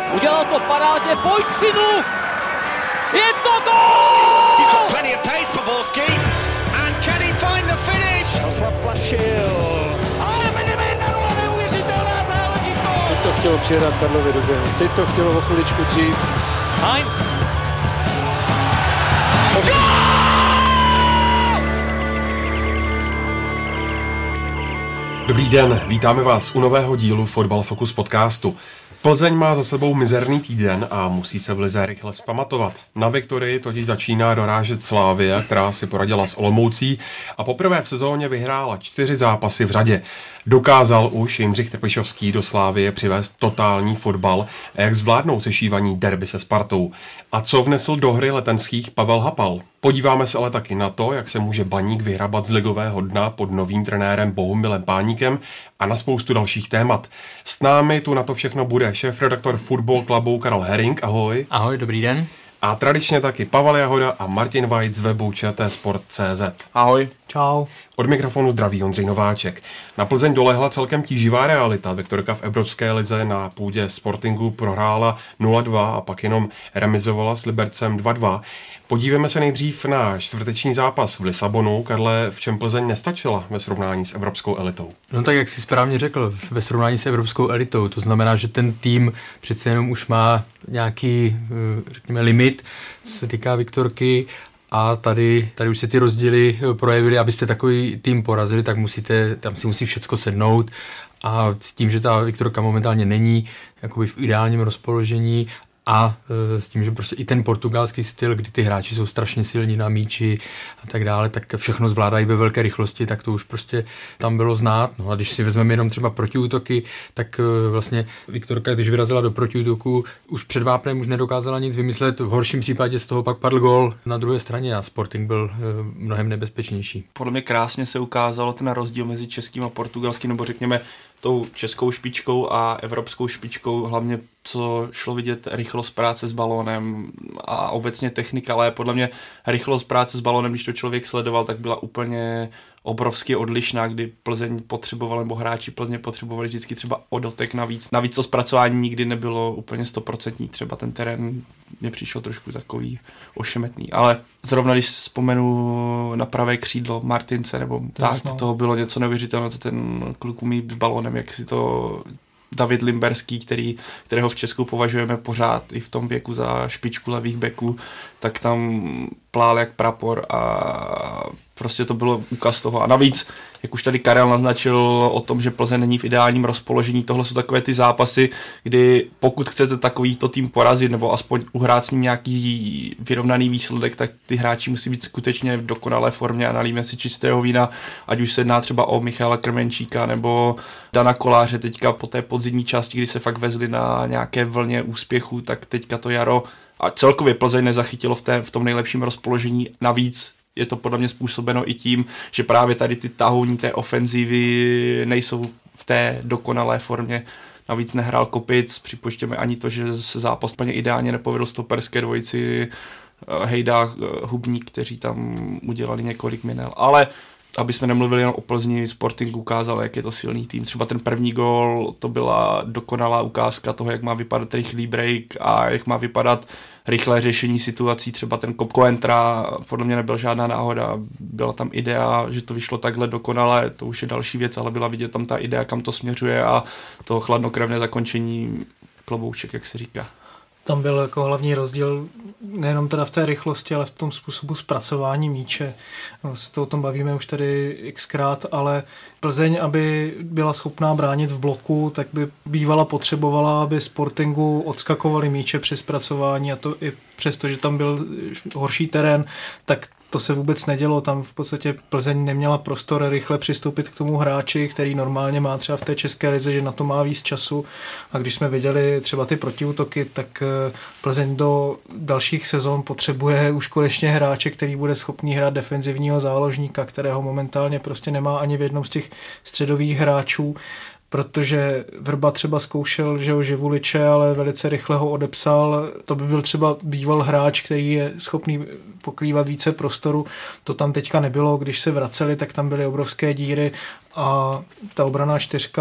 Udělal to parádně, pojď synu! Je to gól! He's got plenty of pace for Borski. And can he find the finish? Zaplašil. Ale vedeme 1-0, neuvěřitelná záležitost! Teď to chtělo přijedat Karlovi do běhu, teď to chtělo o chviličku dřív. Heinz! Dobrý den, vítáme vás u nového dílu Fotbal Focus podcastu. Plzeň má za sebou mizerný týden a musí se v lize rychle vzpamatovat. Na Viktorii totiž začíná dorážet Slavia, která si poradila s Olomoucí a poprvé v sezóně vyhrála 4 zápasy v řadě. Dokázal už Jindřich Trpišovský do Slavie přivést totální fotbal a jak zvládnou sešívaní derby se Spartou. A co vnesl do hry letenských Pavel Hapal. Podíváme se ale taky na to, jak se může Baník vyhrabat z ligového dna pod novým trenérem Bohumilem Páníkem a na spoustu dalších témat. S námi tu na to všechno bude šéfredaktor Football Clubu Karel Herring. Ahoj. Ahoj, dobrý den. A tradičně taky Pavel Jahoda a Martin Vajc z webu čtsport.cz. Ahoj. Čau. Od mikrofonu zdraví Ondřej Nováček. Na Plzeň dolehla celkem tíživá realita. Viktorka v Evropské lize na půdě Sportingu prohrála 0-2 a pak jenom remizovala s Libercem 2-2. Podívejme se nejdřív na čtvrteční zápas v Lisabonu. Karle, v čem Plzeň nestačila ve srovnání s evropskou elitou? No tak, jak jsi správně řekl, ve srovnání s evropskou elitou. To znamená, že ten tým přece jenom už má nějaký, řekněme, limit, co se týká Viktorky. A tady už se ty rozdíly projevily, abyste takový tým porazili, tak tam si musí všecko sednout. A s tím, že ta Viktorka momentálně není jakoby v ideálním rozpoložení a s tím, že prostě i ten portugalský styl, kdy ty hráči jsou strašně silní na míči a tak dále, tak všechno zvládají ve velké rychlosti, tak to už prostě tam bylo znát. No a když si vezmeme jenom třeba protiútoky, tak vlastně Viktorka, když vyrazila do protiútoku, už před vápnem už nedokázala nic vymyslet. V horším případě z toho pak padl gól na druhé straně a Sporting byl mnohem nebezpečnější. Podle mě krásně se ukázalo ten rozdíl mezi českým a portugalským, nebo řekněme tou českou špičkou a evropskou špičkou, hlavně co šlo vidět rychlost práce s balónem a obecně technika, ale podle mě rychlost práce s balónem, když to člověk sledoval, tak byla úplně obrovsky odlišná, kdy Plzeň potřeboval, nebo hráči Plzně potřebovali vždycky třeba o dotek navíc. Navíc to zpracování nikdy nebylo úplně 100%, třeba ten terén mě přišel trošku takový ošemetný, ale zrovna když vzpomenu na pravé křídlo Martince, nebo tak, to bylo něco neuvěřitelného, co ten kluk umí s balónem, jak si to David Limberský, kterého v Česku považujeme pořád i v tom věku za špičku levých beků, tak tam plál jak prapor a prostě to bylo úkaz toho. A navíc, jak už tady Karel naznačil o tom, že Plzeň není v ideálním rozpoložení, tohle jsou takové ty zápasy, kdy pokud chcete takovýto tým porazit nebo aspoň uhrát s ním nějaký vyrovnaný výsledek, tak ty hráči musí být skutečně v dokonalé formě a nalíme si čistého vína, ať už se jedná třeba o Michala Krmenčíka nebo Dana Koláře teďka po té podzimní části, kdy se fakt vezli na nějaké vlně úspěchu, tak teďka to jaro a celkově Plzeň nezachytilo v tom nejlepším rozpoložení. Navíc je to podle mě způsobeno i tím, že právě tady ty tahouní té ofenzívy nejsou v té dokonalé formě. Navíc nehrál Kopic, připočtěme ani to, že se zápas úplně ideálně nepovedl stoperské dvojici Hejda, Hubník, kteří tam udělali několik minel. Ale aby jsme nemluvili jen o Plzni, Sporting ukázal, jak je to silný tým. Třeba ten první gól, to byla dokonalá ukázka toho, jak má vypadat rychlý break a jak má vypadat rychlé řešení situací. Třeba ten Koentra, podle mě nebyl žádná náhoda, byla tam idea, že to vyšlo takhle dokonale, to už je další věc, ale byla vidět tam ta idea, kam to směřuje a to chladnokrevné zakončení, klobouček, jak se říká. Tam byl jako hlavní rozdíl nejenom teda v té rychlosti, ale v tom způsobu zpracování míče. Se to o tom bavíme už tady xkrát, ale Plzeň, aby byla schopná bránit v bloku, tak by bývala potřebovala, aby Sportingu odskakovali míče při zpracování a to i přesto, že tam byl horší terén, tak to se vůbec nedělo, tam v podstatě Plzeň neměla prostor rychle přistoupit k tomu hráči, který normálně má třeba v té české lize, že na to má víc času a když jsme viděli třeba ty protiútoky, tak Plzeň do dalších sezon potřebuje už konečně hráče, který bude schopný hrát defenzivního záložníka, kterého momentálně prostě nemá ani v jednom z těch středových hráčů. Protože Vrba třeba zkoušel, že ho Živuliče, ale velice rychle ho odepsal. To by byl třeba býval hráč, který je schopný pokrývat více prostoru. To tam teďka nebylo, když se vraceli, tak tam byly obrovské díry a ta obranná čtyřka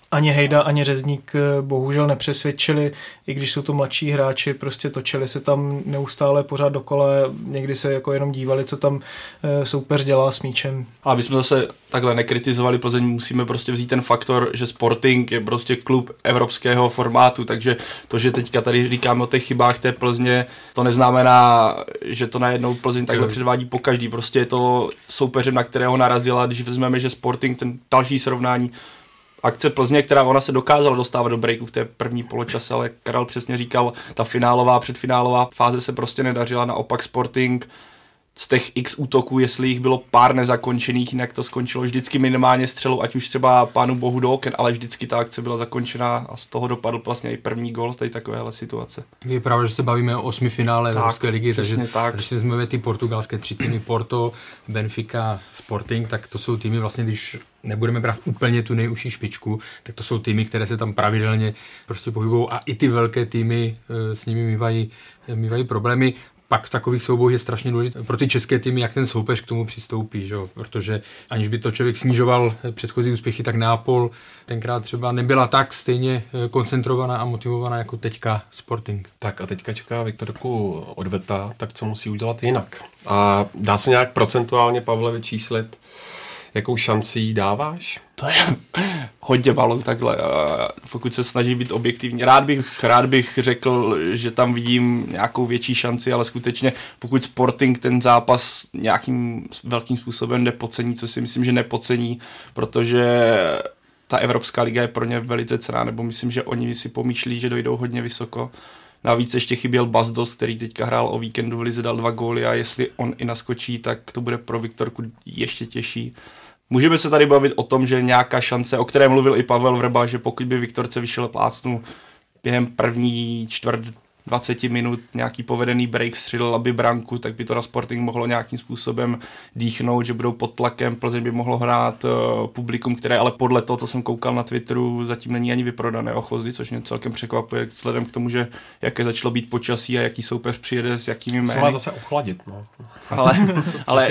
Ani Hejda, ani Řezník bohužel nepřesvědčili, i když jsou to mladší hráči, prostě točili se tam neustále pořád dokola, někdy se jako jenom dívali, co tam soupeř dělá s míčem. A aby jsme zase takhle nekritizovali Plzeň, musíme prostě vzít ten faktor, že Sporting je prostě klub evropského formátu, takže to, že teďka tady říkáme o těch chybách té Plzně, to neznamená, že to najednou Plzeň takhle předvádí po každý, prostě je to soupeřem, na kterého narazila, když vezmeme, že Sporting, ten další srovnání, akce Plzně, která ona se dokázala dostávat do breaku v té první poločase, ale Karel přesně říkal, ta finálová, předfinálová fáze se prostě nedařila, naopak Sporting z těch x útoků, jestli jich bylo pár nezakončených, jinak to skončilo vždycky minimálně střelou, ať už třeba pánu bohu do oken, ale vždycky ta akce byla zakončená a z toho dopadl vlastně i první gól z takovéhle situace. Je pravda, že se bavíme o 8 finále Evropské ligy, takže tak. Když si vezmeme ty portugalské 3 týmy Porto, Benfica, Sporting, tak to jsou týmy vlastně, když nebudeme brát úplně tu nejužší špičku, tak to jsou týmy, které se tam pravidelně prostě pohybují a i ty velké týmy s nimi mývají problémy. Pak v takových soubojích je strašně důležité pro ty české týmy, jak ten soupeř k tomu přistoupí, že? Protože aniž by to člověk snižoval předchozí úspěchy, tak Neapol tenkrát třeba nebyla tak stejně koncentrovaná a motivovaná jako teďka Sporting. Tak a teďka čeká Viktorku odveta, tak co musí udělat jinak? A dá se nějak procentuálně, Pavle, vyčíslit, jakou šanci dáváš? To je hodně malou takhle, pokud se snaží být objektivní. Rád bych řekl, že tam vidím nějakou větší šanci, ale skutečně pokud Sporting ten zápas nějakým velkým způsobem nepodcení, což si myslím, že nepodcení, protože ta Evropská liga je pro ně velice cenná, nebo myslím, že oni si pomýšlí, že dojdou hodně vysoko. Navíc ještě chyběl Bastos, který teďka hrál o víkendu v lize, dal 2 góly a jestli on i naskočí, tak to bude pro Viktorku ještě těžší. Můžeme se tady bavit o tom, že nějaká šance, o které mluvil i Pavel Vrba, že pokud by Viktorce vyšel plácnu během první čtvrt 20 minut nějaký povedený break střelil, aby branku, tak by to na Sporting mohlo nějakým způsobem dýchnout, že budou pod tlakem, Plzeň by mohlo hrát publikum, které ale podle toho, co jsem koukal na Twitteru, zatím není ani vyprodané Ochozy, což mě celkem překvapuje vzhledem k tomu, že jaké začalo být počasí a jaký soupeř přijede s jakými jmény. Se má zase ochladit, no. Ale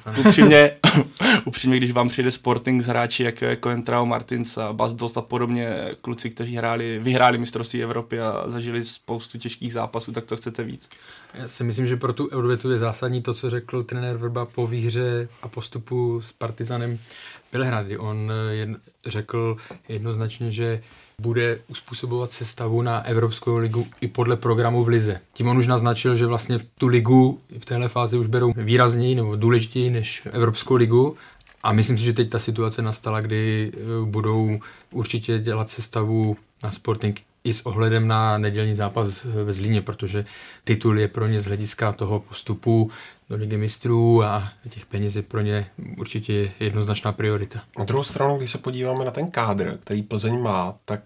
upřímně, když vám přijde Sporting z hráči jako je Coentrao, Martins a Bastos a podobně, kluci, kteří vyhráli mistrovství Evropy a zažili spoustu těžkých zápasů, tak to chcete víc. Já si myslím, že pro tu Eurovetu je zásadní to, co řekl trenér Vrba po výhře a postupu s Partizanem Bělehrad. On řekl jednoznačně, že bude uspůsobovat sestavu na Evropskou ligu i podle programu v lize. Tím on už naznačil, že vlastně tu ligu v téhle fázi už berou výrazněji nebo důležitěji než Evropskou ligu. A myslím si, že teď ta situace nastala, kdy budou určitě dělat sestavu na Sporting i s ohledem na nedělní zápas ve Zlíně, protože titul je pro ně z hlediska toho postupu do Ligy mistrů a těch peněz je pro ně určitě jednoznačná priorita. Na druhou stranu, když se podíváme na ten kádr, který Plzeň má, tak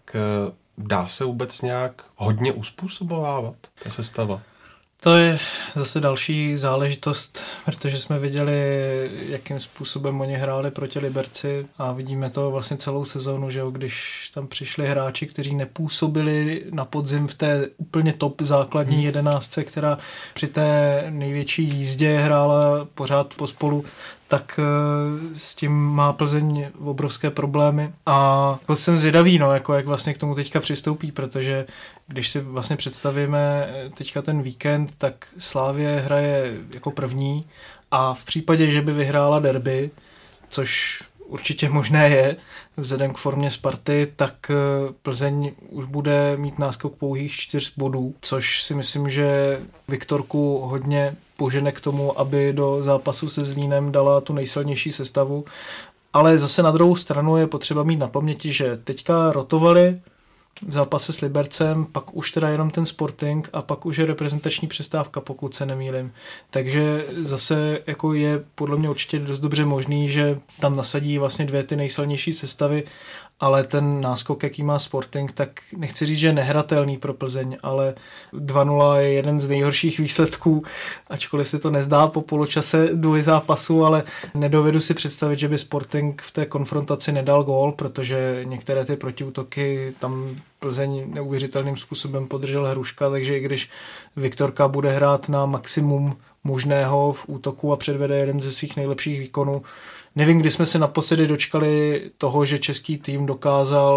dá se vůbec nějak hodně uspůsobovávat ta sestava? To je zase další záležitost, protože jsme viděli, jakým způsobem oni hráli proti Liberci a vidíme to vlastně celou sezónu, že jo, když tam přišli hráči, kteří nepůsobili na podzim v té úplně top základní 11, která při té největší jízdě hrála pořád pospolu, tak s tím má Plzeň obrovské problémy a jsem zvědavý, no, jako jak vlastně k tomu teďka přistoupí, protože když si vlastně představíme teďka ten víkend, tak Slavie hraje jako první a v případě, že by vyhrála derby, což určitě možné je, vzhledem k formě Sparty, tak Plzeň už bude mít náskok pouhých 4 bodů, což si myslím, že Viktorku hodně požene k tomu, aby do zápasu se Zlínem dala tu nejsilnější sestavu. Ale zase na druhou stranu je potřeba mít na paměti, že teďka rotovali v zápase s Libercem, pak už teda jenom ten Sporting a pak už je reprezentační přestávka, pokud se nemýlim. Takže zase jako je podle mě určitě dost dobře možný, že tam nasadí vlastně 2 ty nejsilnější sestavy, ale ten náskok, jaký má Sporting, tak nechci říct, že je nehratelný pro Plzeň, ale 2-0 je jeden z nejhorších výsledků, ačkoliv se to nezdá po poločase dvojzápasu, ale nedovedu si představit, že by Sporting v té konfrontaci nedal gól, protože některé ty protiútoky tam Plzeň neuvěřitelným způsobem podržel Hruška, takže i když Viktorka bude hrát na maximum možného v útoku a předvede jeden ze svých nejlepších výkonů. Nevím, kdy jsme se naposledy dočkali toho, že český tým dokázal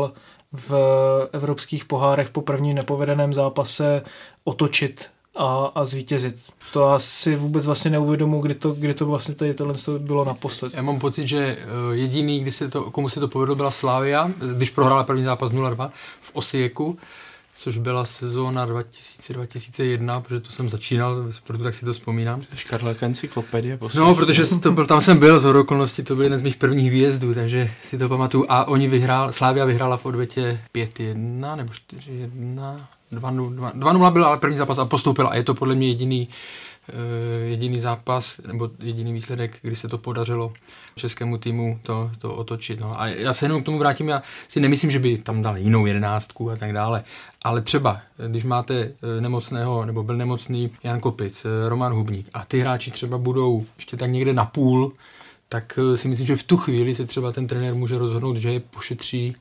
v evropských pohárech po prvním nepovedeném zápase otočit a zvítězit. To asi vůbec vlastně neuvědomuji, kdy to vlastně tohle bylo naposled. Já mám pocit, že jediný, komu se to povedlo, byla Slavia, když prohrála první zápas 0-2 v Osijeku, což byla sezóna 2000-2001, protože to jsem začínal, proto tak si to vzpomínám. Škarlek encyklopedie. No, protože tam jsem byl, z okolností, to byl jeden z mých prvních výjezdů, takže si to pamatuju. A Slavia vyhrála v odvětě 5-1 nebo 4-1, 2-0 byl ale první zápas a postoupila. A je to podle mě jediný zápas, nebo jediný výsledek, kdy se to podařilo českému týmu to otočit. No. A já se jenom k tomu vrátím, já si nemyslím, že by tam dal jinou 11 a tak dále, ale třeba, když máte nemocného, nebo byl nemocný Jan Kopic, Roman Hubník a ty hráči třeba budou ještě tak někde na půl, tak si myslím, že v tu chvíli se třeba ten trenér může rozhodnout, že je pošetří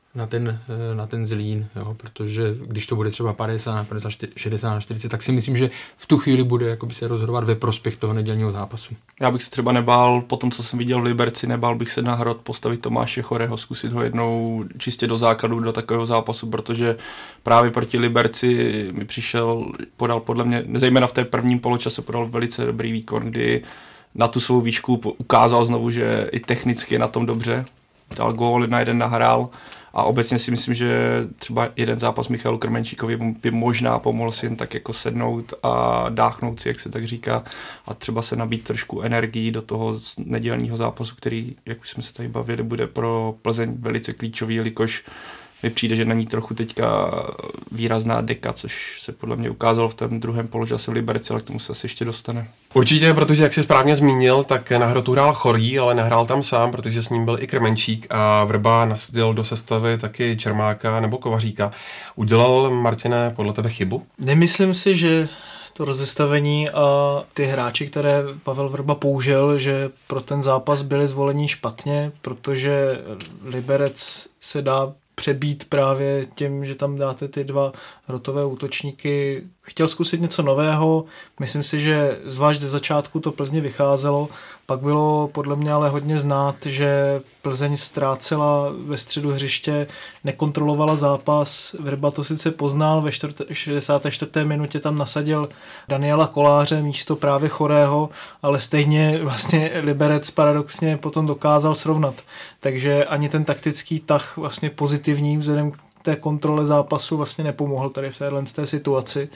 na ten Zlín, jo, protože když to bude třeba 50, 60, 40, tak si myslím, že v tu chvíli bude jakoby se rozhodovat ve prospěch toho nedělního zápasu. Já bych se třeba nebál, po tom, co jsem viděl v Liberci, nebál bych se na Hrad postavit Tomáše Choreho, zkusit ho jednou čistě do základu do takového zápasu, protože právě proti Liberci mi podal podle mě, zejména v té prvním poločase podal velice dobrý výkon, kdy na tu svou výšku ukázal znovu, že i technicky je na tom dobře, dal gól, na jeden nahrál. A obecně si myslím, že třeba jeden zápas Michalu Krmenčíkovi by možná pomohl si jen tak jako sednout a dáchnout si, jak se tak říká, a třeba se nabít trošku energií do toho nedělního zápasu, který, jak už jsme se tady bavili, bude pro Plzeň velice klíčový, jelikož mi přijde, že na ní trochu teďka výrazná deka, což se podle mě ukázalo v tom druhém poločase v Liberci, ale k tomu se asi ještě dostane. Určitě, protože jak jsi správně zmínil, tak na Hrotu hrál Chorý, ale nehrál tam sám, protože s ním byl i Krmenčík a Vrba nasadil do sestavy taky Čermáka nebo Kovaříka. Udělal, Martine, podle tebe chybu? Nemyslím si, že to rozestavení a ty hráči, které Pavel Vrba použil, že pro ten zápas byli zvoleni špatně, protože Liberec se dá přebít právě tím, že tam dáte ty dva hrotové útočníky. Chtěl zkusit něco nového, myslím si, že zvlášť ze začátku to Plzni vycházelo, pak bylo podle mě ale hodně znát, že Plzeň ztrácela ve středu hřiště, nekontrolovala zápas, Vrba to sice poznal, ve 64. minutě tam nasadil Daniela Koláře místo právě Chorého, ale stejně vlastně Liberec paradoxně potom dokázal srovnat. Takže ani ten taktický tah vlastně pozitivní vzhledem k té kontrole zápasu vlastně nepomohl tady v té situaci.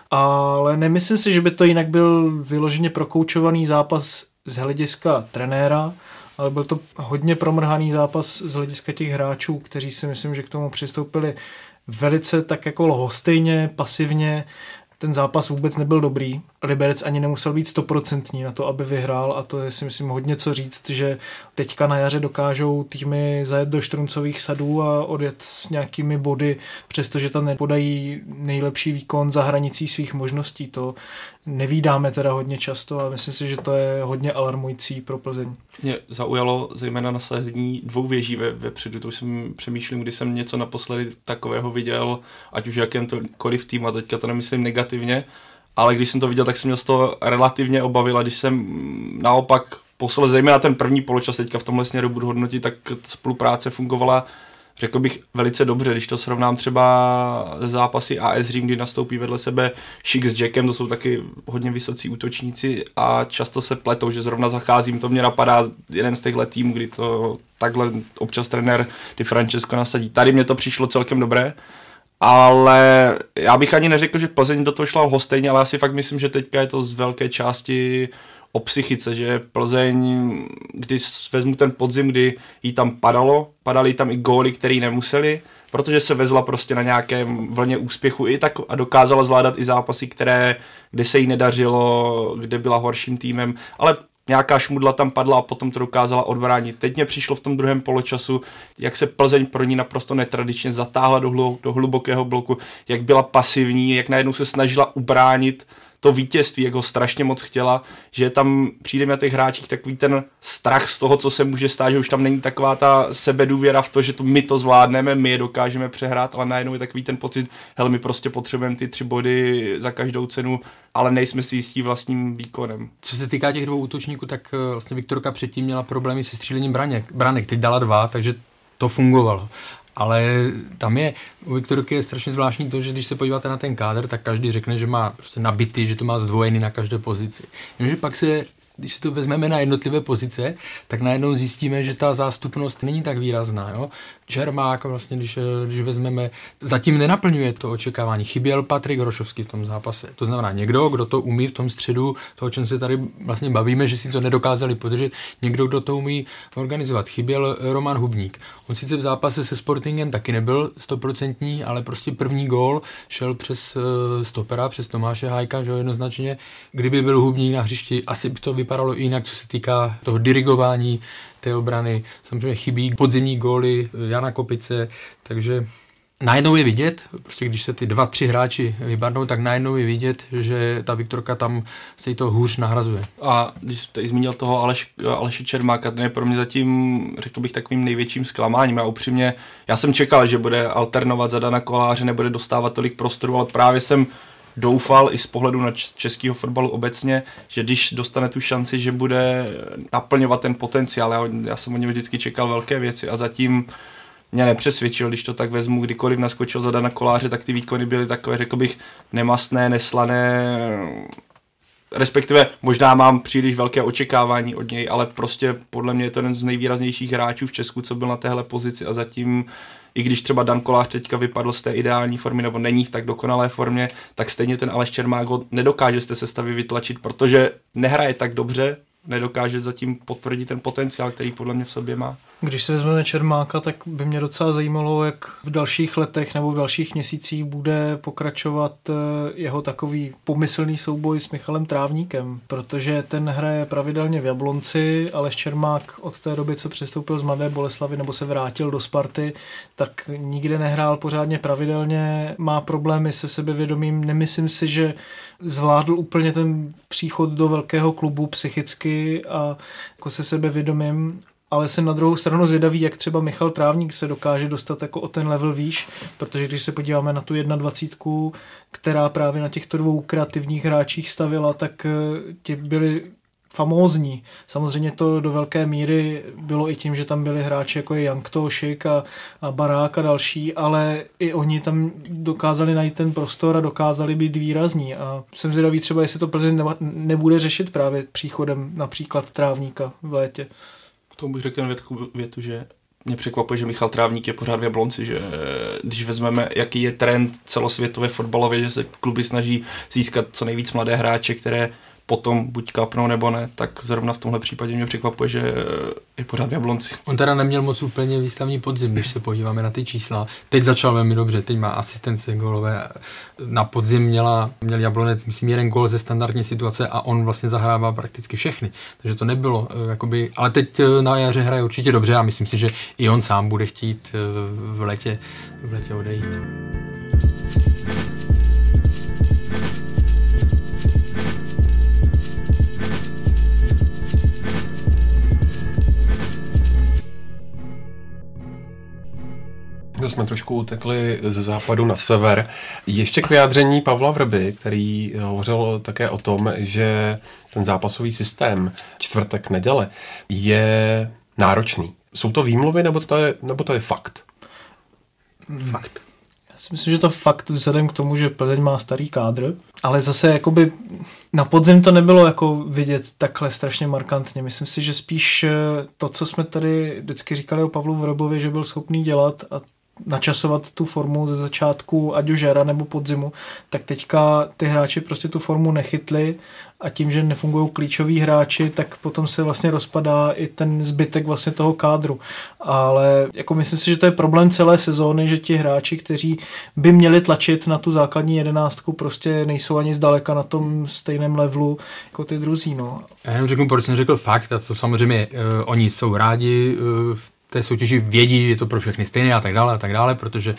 Ale nemyslím si, že by to jinak byl vyloženě prokoučovaný zápas z hlediska trenéra, ale byl to hodně promrhaný zápas z hlediska těch hráčů, kteří si myslím, že k tomu přistoupili velice tak jako lhostejně, pasivně. Ten zápas vůbec nebyl dobrý. Liberec ani nemusel být 100% na to, aby vyhrál, a to je si myslím hodně co říct, že teďka na jaře dokážou týmy zajet do Štruncových sadů a odjet s nějakými body, přestože tam nepodají nejlepší výkon za hranicí svých možností. To nevídáme teda hodně často a myslím si, že to je hodně alarmující pro Plzeň. Mě zaujalo zejména nasazení dvou věží vepředu, to už jsem přemýšlel, když jsem něco naposledy takového viděl, ať už jakémkoliv týmu, a teďka to nemyslím negativně, ale když jsem to viděl, tak jsem měl z toho relativně obavil, a když jsem naopak poslal zejména ten první poločas, teďka v tomhle směru budu hodnotit, tak spolupráce fungovala, řekl bych, velice dobře. Když to srovnám třeba zápasy AS Řím, kdy nastoupí vedle sebe Šik s Jackem, to jsou taky hodně vysocí útočníci a často se pletou, že zrovna zacházím, to mě napadá jeden z těchto týmů, kdy to takhle občas trenér Di Francesco nasadí. Tady mě to přišlo celkem dobré, ale já bych ani neřekl, že Plzeň do toho šla lhostejně, ale já si fakt myslím, že teďka je to z velké části o psychice, že Plzeň, když vezmu ten podzim, kdy jí tam padaly tam i góly, který nemuseli, protože se vezla prostě na nějakém vlně úspěchu i tak a dokázala zvládat i zápasy, kde se jí nedařilo, kde byla horším týmem, ale nějaká šmudla tam padla a potom to dokázala odbránit. Teď mě přišlo v tom druhém poločasu, jak se Plzeň pro ní naprosto netradičně zatáhla do hlubokého bloku, jak byla pasivní, jak najednou se snažila ubránit to vítězství, jak ho strašně moc chtěla, že tam přijde na těch hráčích takový ten strach z toho, co se může stát, že už tam není taková ta sebedůvěra v to, že my to zvládneme, my je dokážeme přehrát, ale najednou je takový ten pocit, hele, my prostě potřebujeme ty 3 body za každou cenu, ale nejsme si jistí vlastním výkonem. Co se týká těch dvou útočníků, tak vlastně Viktorka předtím měla problémy se střílením branek. Teď dala 2, takže to fungovalo. Ale tam je, u Viktorky je strašně zvláštní to, že když se podíváte na ten kádr, tak každý řekne, že má prostě nabitý, že to má zdvojený na každé pozici. Jenomže pak když si to vezmeme na jednotlivé pozice, tak najednou zjistíme, že ta zástupnost není tak výrazná. Jo? Čermák vlastně, když vezmeme, zatím nenaplňuje to očekávání. Chyběl Patrik Hrošovský v tom zápase. To znamená někdo, kdo to umí v tom středu, toho, o čem se tady vlastně bavíme, že si to nedokázali podržet, někdo, kdo to umí organizovat. Chyběl Roman Hubník. On sice v zápase se Sportingem taky nebyl 100%, ale prostě první gól šel přes stopera, přes Tomáše Hájka, že jednoznačně. Kdyby byl Hubník na hřišti, asi by to vypadalo jinak, co se týká toho dirigování té obrany. Samozřejmě chybí podzimní góly Jana Kopice, takže najednou je vidět, prostě když se ty 2-3 hráči vypadnou, tak najednou je vidět, že ta Viktorka tam se jí to hůř nahrazuje. A když jste zmínil toho Aleše Čermáka, ten je pro mě zatím, řekl bych, takovým největším zklamáním. Já jsem čekal, že bude alternovat za Dana Koláře, nebude dostávat tolik prostoru, ale právě jsem doufal i z pohledu na českého fotbalu obecně, že když dostane tu šanci, že bude naplňovat ten potenciál. Já jsem od něj vždycky čekal velké věci a zatím mě nepřesvědčil, když to tak vezmu, kdykoliv naskočil za Dana Koláře, tak ty výkony byly takové, řekl bych, nemastné, neslané, respektive možná mám příliš velké očekávání od něj, ale prostě podle mě je to jeden z nejvýraznějších hráčů v Česku, co byl na téhle pozici a zatím, i když třeba Dan Kolář teďka vypadl z té ideální formy nebo není v tak dokonalé formě, tak stejně ten Aleš Čermák ho nedokáže z té sestavy vytlačit, protože nehraje tak dobře, nedokáže zatím potvrdit ten potenciál, který podle mě v sobě má. Když se vezmeme Čermáka, tak by mě docela zajímalo, jak v dalších letech nebo v dalších měsících bude pokračovat jeho takový pomyslný souboj s Michalem Trávníkem, protože ten hraje pravidelně v Jablonci, Aleš Čermák od té doby, co přestoupil z Mladé Boleslavi nebo se vrátil do Sparty, tak nikde nehrál pořádně pravidelně, má problémy se sebevědomím, nemyslím si, že zvládl úplně ten příchod do velkého klubu psychicky a jako se sebevědomím, ale jsem na druhou stranu zvědavý, jak třeba Michal Trávník se dokáže dostat jako o ten level výš, protože když se podíváme na tu 21, která právě na těchto dvou kreativních hráčích stavila, tak ti byli famózní. Samozřejmě to do velké míry bylo i tím, že tam byli hráči jako je Jank Tošik a Barák a další, ale i oni tam dokázali najít ten prostor a dokázali být výrazní. A jsem zvědavý třeba, jestli to Plzeň nebude řešit právě příchodem například Trávníka v létě. K tomu bych řekl větu, že mě překvapuje, že Michal Trávník je pořád v Jablonci, že když vezmeme, jaký je trend celosvětové fotbalově, že se kluby snaží získat co nejvíc mladé hráče, které potom buď kapnou nebo ne, tak zrovna v tomhle případě mě překvapuje, že je pořád v Jablonci. On teda neměl moc úplně výstavní podzim, když se podíváme na ty čísla. Teď začal velmi dobře, teď má asistence gólové. Na podzim měl Jablonec, myslím, 1 gól ze standardní situace a on vlastně zahrává prakticky všechny. Takže to nebylo, jakoby, ale teď na jaře hraje určitě dobře a myslím si, že i on sám bude chtít v létě odejít. Jsme trošku utekli ze západu na sever. Ještě k vyjádření Pavla Vrby, který hovořil také o tom, že ten zápasový systém čtvrtek, neděle je náročný. Jsou to výmluvy, nebo to je fakt? Fakt. Já si myslím, že to fakt vzhledem k tomu, že Plzeň má starý kádr, ale zase jakoby na podzim to nebylo jako vidět takhle strašně markantně. Myslím si, že spíš to, co jsme tady vždycky říkali o Pavlu Vrbovi, že byl schopný dělat a načasovat tu formu ze začátku ať už jara nebo podzimu, tak teďka ty hráči prostě tu formu nechytli a tím, že nefungují klíčoví hráči, tak potom se vlastně rozpadá i ten zbytek vlastně toho kádru. Ale jako myslím si, že to je problém celé sezóny, že ti hráči, kteří by měli tlačit na tu základní 11, prostě nejsou ani zdaleka na tom stejném levelu jako ty druzí. No. Já jenom řeknu, proč jsem řekl fakt, a to samozřejmě oni jsou rádi v té soutěži, vědí, je to pro všechny stejné a tak dále, protože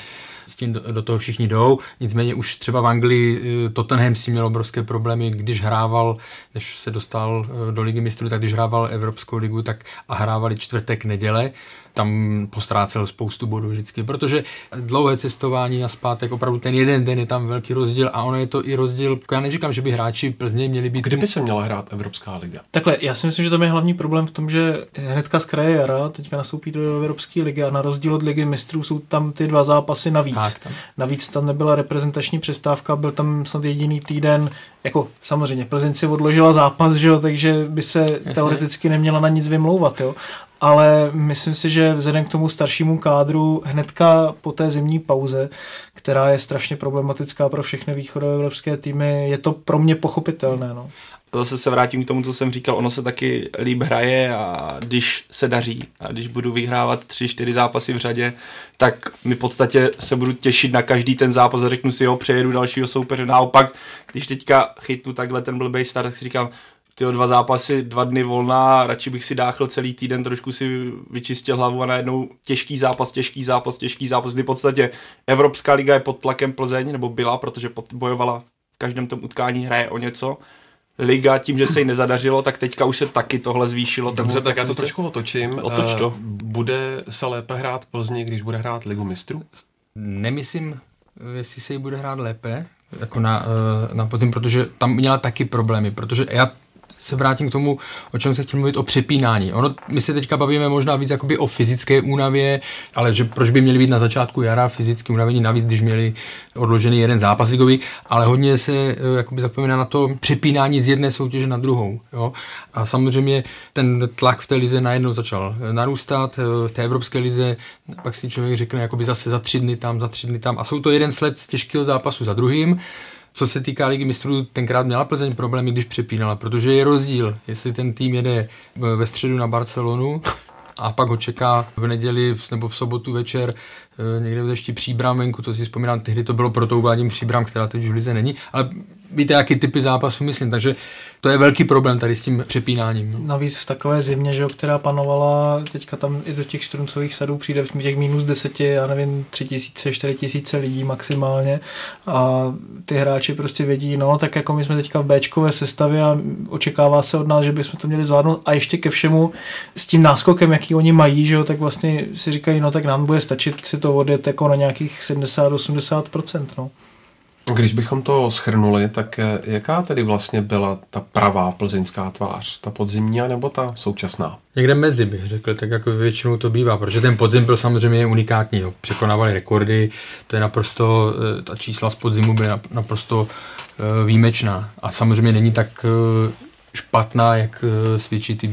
s tím do toho všichni jdou, nicméně už třeba v Anglii Tottenham s tím měl obrovské problémy, když hrával, než se dostal do Ligy mistrů, tak když hrával Evropskou ligu, tak a hrávali čtvrtek, neděle, tam postrácel spoustu bodů vždycky, protože dlouhé cestování a zpátek, opravdu ten jeden den je tam velký rozdíl a ono je to i rozdíl, já neříkám, že by hráči Plzně měli být... Kdyby se měla hrát Evropská liga? Takhle, já si myslím, že tam je hlavní problém v tom, že hnedka z kraje jara teďka nastoupí do Evropské ligy a na rozdíl od Ligy mistrů jsou tam ty 2 zápasy navíc. Tak, Navíc tam nebyla reprezentační přestávka, byl tam snad jediný týden, jako samozřejmě Plzeň si odložila zápas, že jo, takže by se teoreticky neměla na nic vymlouvat, jo. Ale myslím si, že vzhledem k tomu staršímu kádru hnedka po té zimní pauze, která je strašně problematická pro všechny východoevropské týmy, je to pro mě pochopitelné. No. Zase se vrátím k tomu, co jsem říkal, ono se taky líp hraje a když se daří a když budu vyhrávat 3-4 zápasy v řadě, tak mi v podstatě se budu těšit na každý ten zápas a řeknu si, jo, přejedu dalšího soupeře. Naopak, když teďka chytnu takhle ten blbej start, tak si říkám, 2 zápasy, 2 dny volná, radši bych si dáchl celý týden, trošku si vyčistil hlavu a najednou těžký zápas, kdy v podstatě Evropská liga je pod tlakem Plzeň, nebo byla, protože bojovala v každém tom utkání, hraje o něco. Liga tím, že se jí nezadařilo, tak teďka už se taky tohle zvýšilo. Dobře, tak já to trošku otočím. Otoč to. Bude se lépe hrát Plzni, když bude hrát Ligu mistrů? Nemyslím, jestli se jí bude hrát lépe, jako na podzim, protože tam měla taky problémy, protože já se vrátím k tomu, o čem se chtěl mluvit, o přepínání. My se teďka bavíme možná víc jakoby o fyzické únavě, ale že proč by měli být na začátku jara fyzicky unavení, navíc, když měli odložený jeden zápas ligový, ale hodně se jakoby zapomíná na to přepínání z jedné soutěže na druhou. Jo? A samozřejmě ten tlak v té lize najednou začal narůstat, v té evropské lize, pak si člověk řekne jakoby zase za 3 dny tam a jsou to jeden sled z těžkého zápasu za druhým. Co se týká Ligy mistrů, tenkrát měla Plzeň problémy, když přepínala, protože je rozdíl, jestli ten tým jede ve středu na Barcelonu a pak ho čeká v neděli nebo v sobotu večer někde v dešti Příbram venku, to si vzpomínám, tehdy to bylo pro to uvádím Příbram, která teď už v lize není, ale víte, jaký typy zápasů myslím, takže to je velký problém tady s tím přepínáním. No. Navíc v takové zimě, že, která panovala, teďka tam i do těch Štruncových sadů přijde v těch -10, já nevím, 3000, 4000 lidí maximálně a ty hráči prostě vědí, no tak jako my jsme teďka v Bčkové sestavě a očekává se od nás, že bychom to měli zvládnout a ještě ke všemu s tím náskokem, jaký oni mají, že jo, tak vlastně si říkají, no tak nám bude stačit si to odjet jako na nějakých 70-80%, no. Když bychom to shrnuli, tak jaká tedy vlastně byla ta pravá plzeňská tvář? Ta podzimní nebo ta současná? Někde mezi bych řekl, tak jako většinou to bývá, protože ten podzim byl samozřejmě unikátní. Jo. Překonávali rekordy, to je naprosto, ta čísla z podzimu byly naprosto výjimečná. A samozřejmě není tak špatná, jak svědčí ty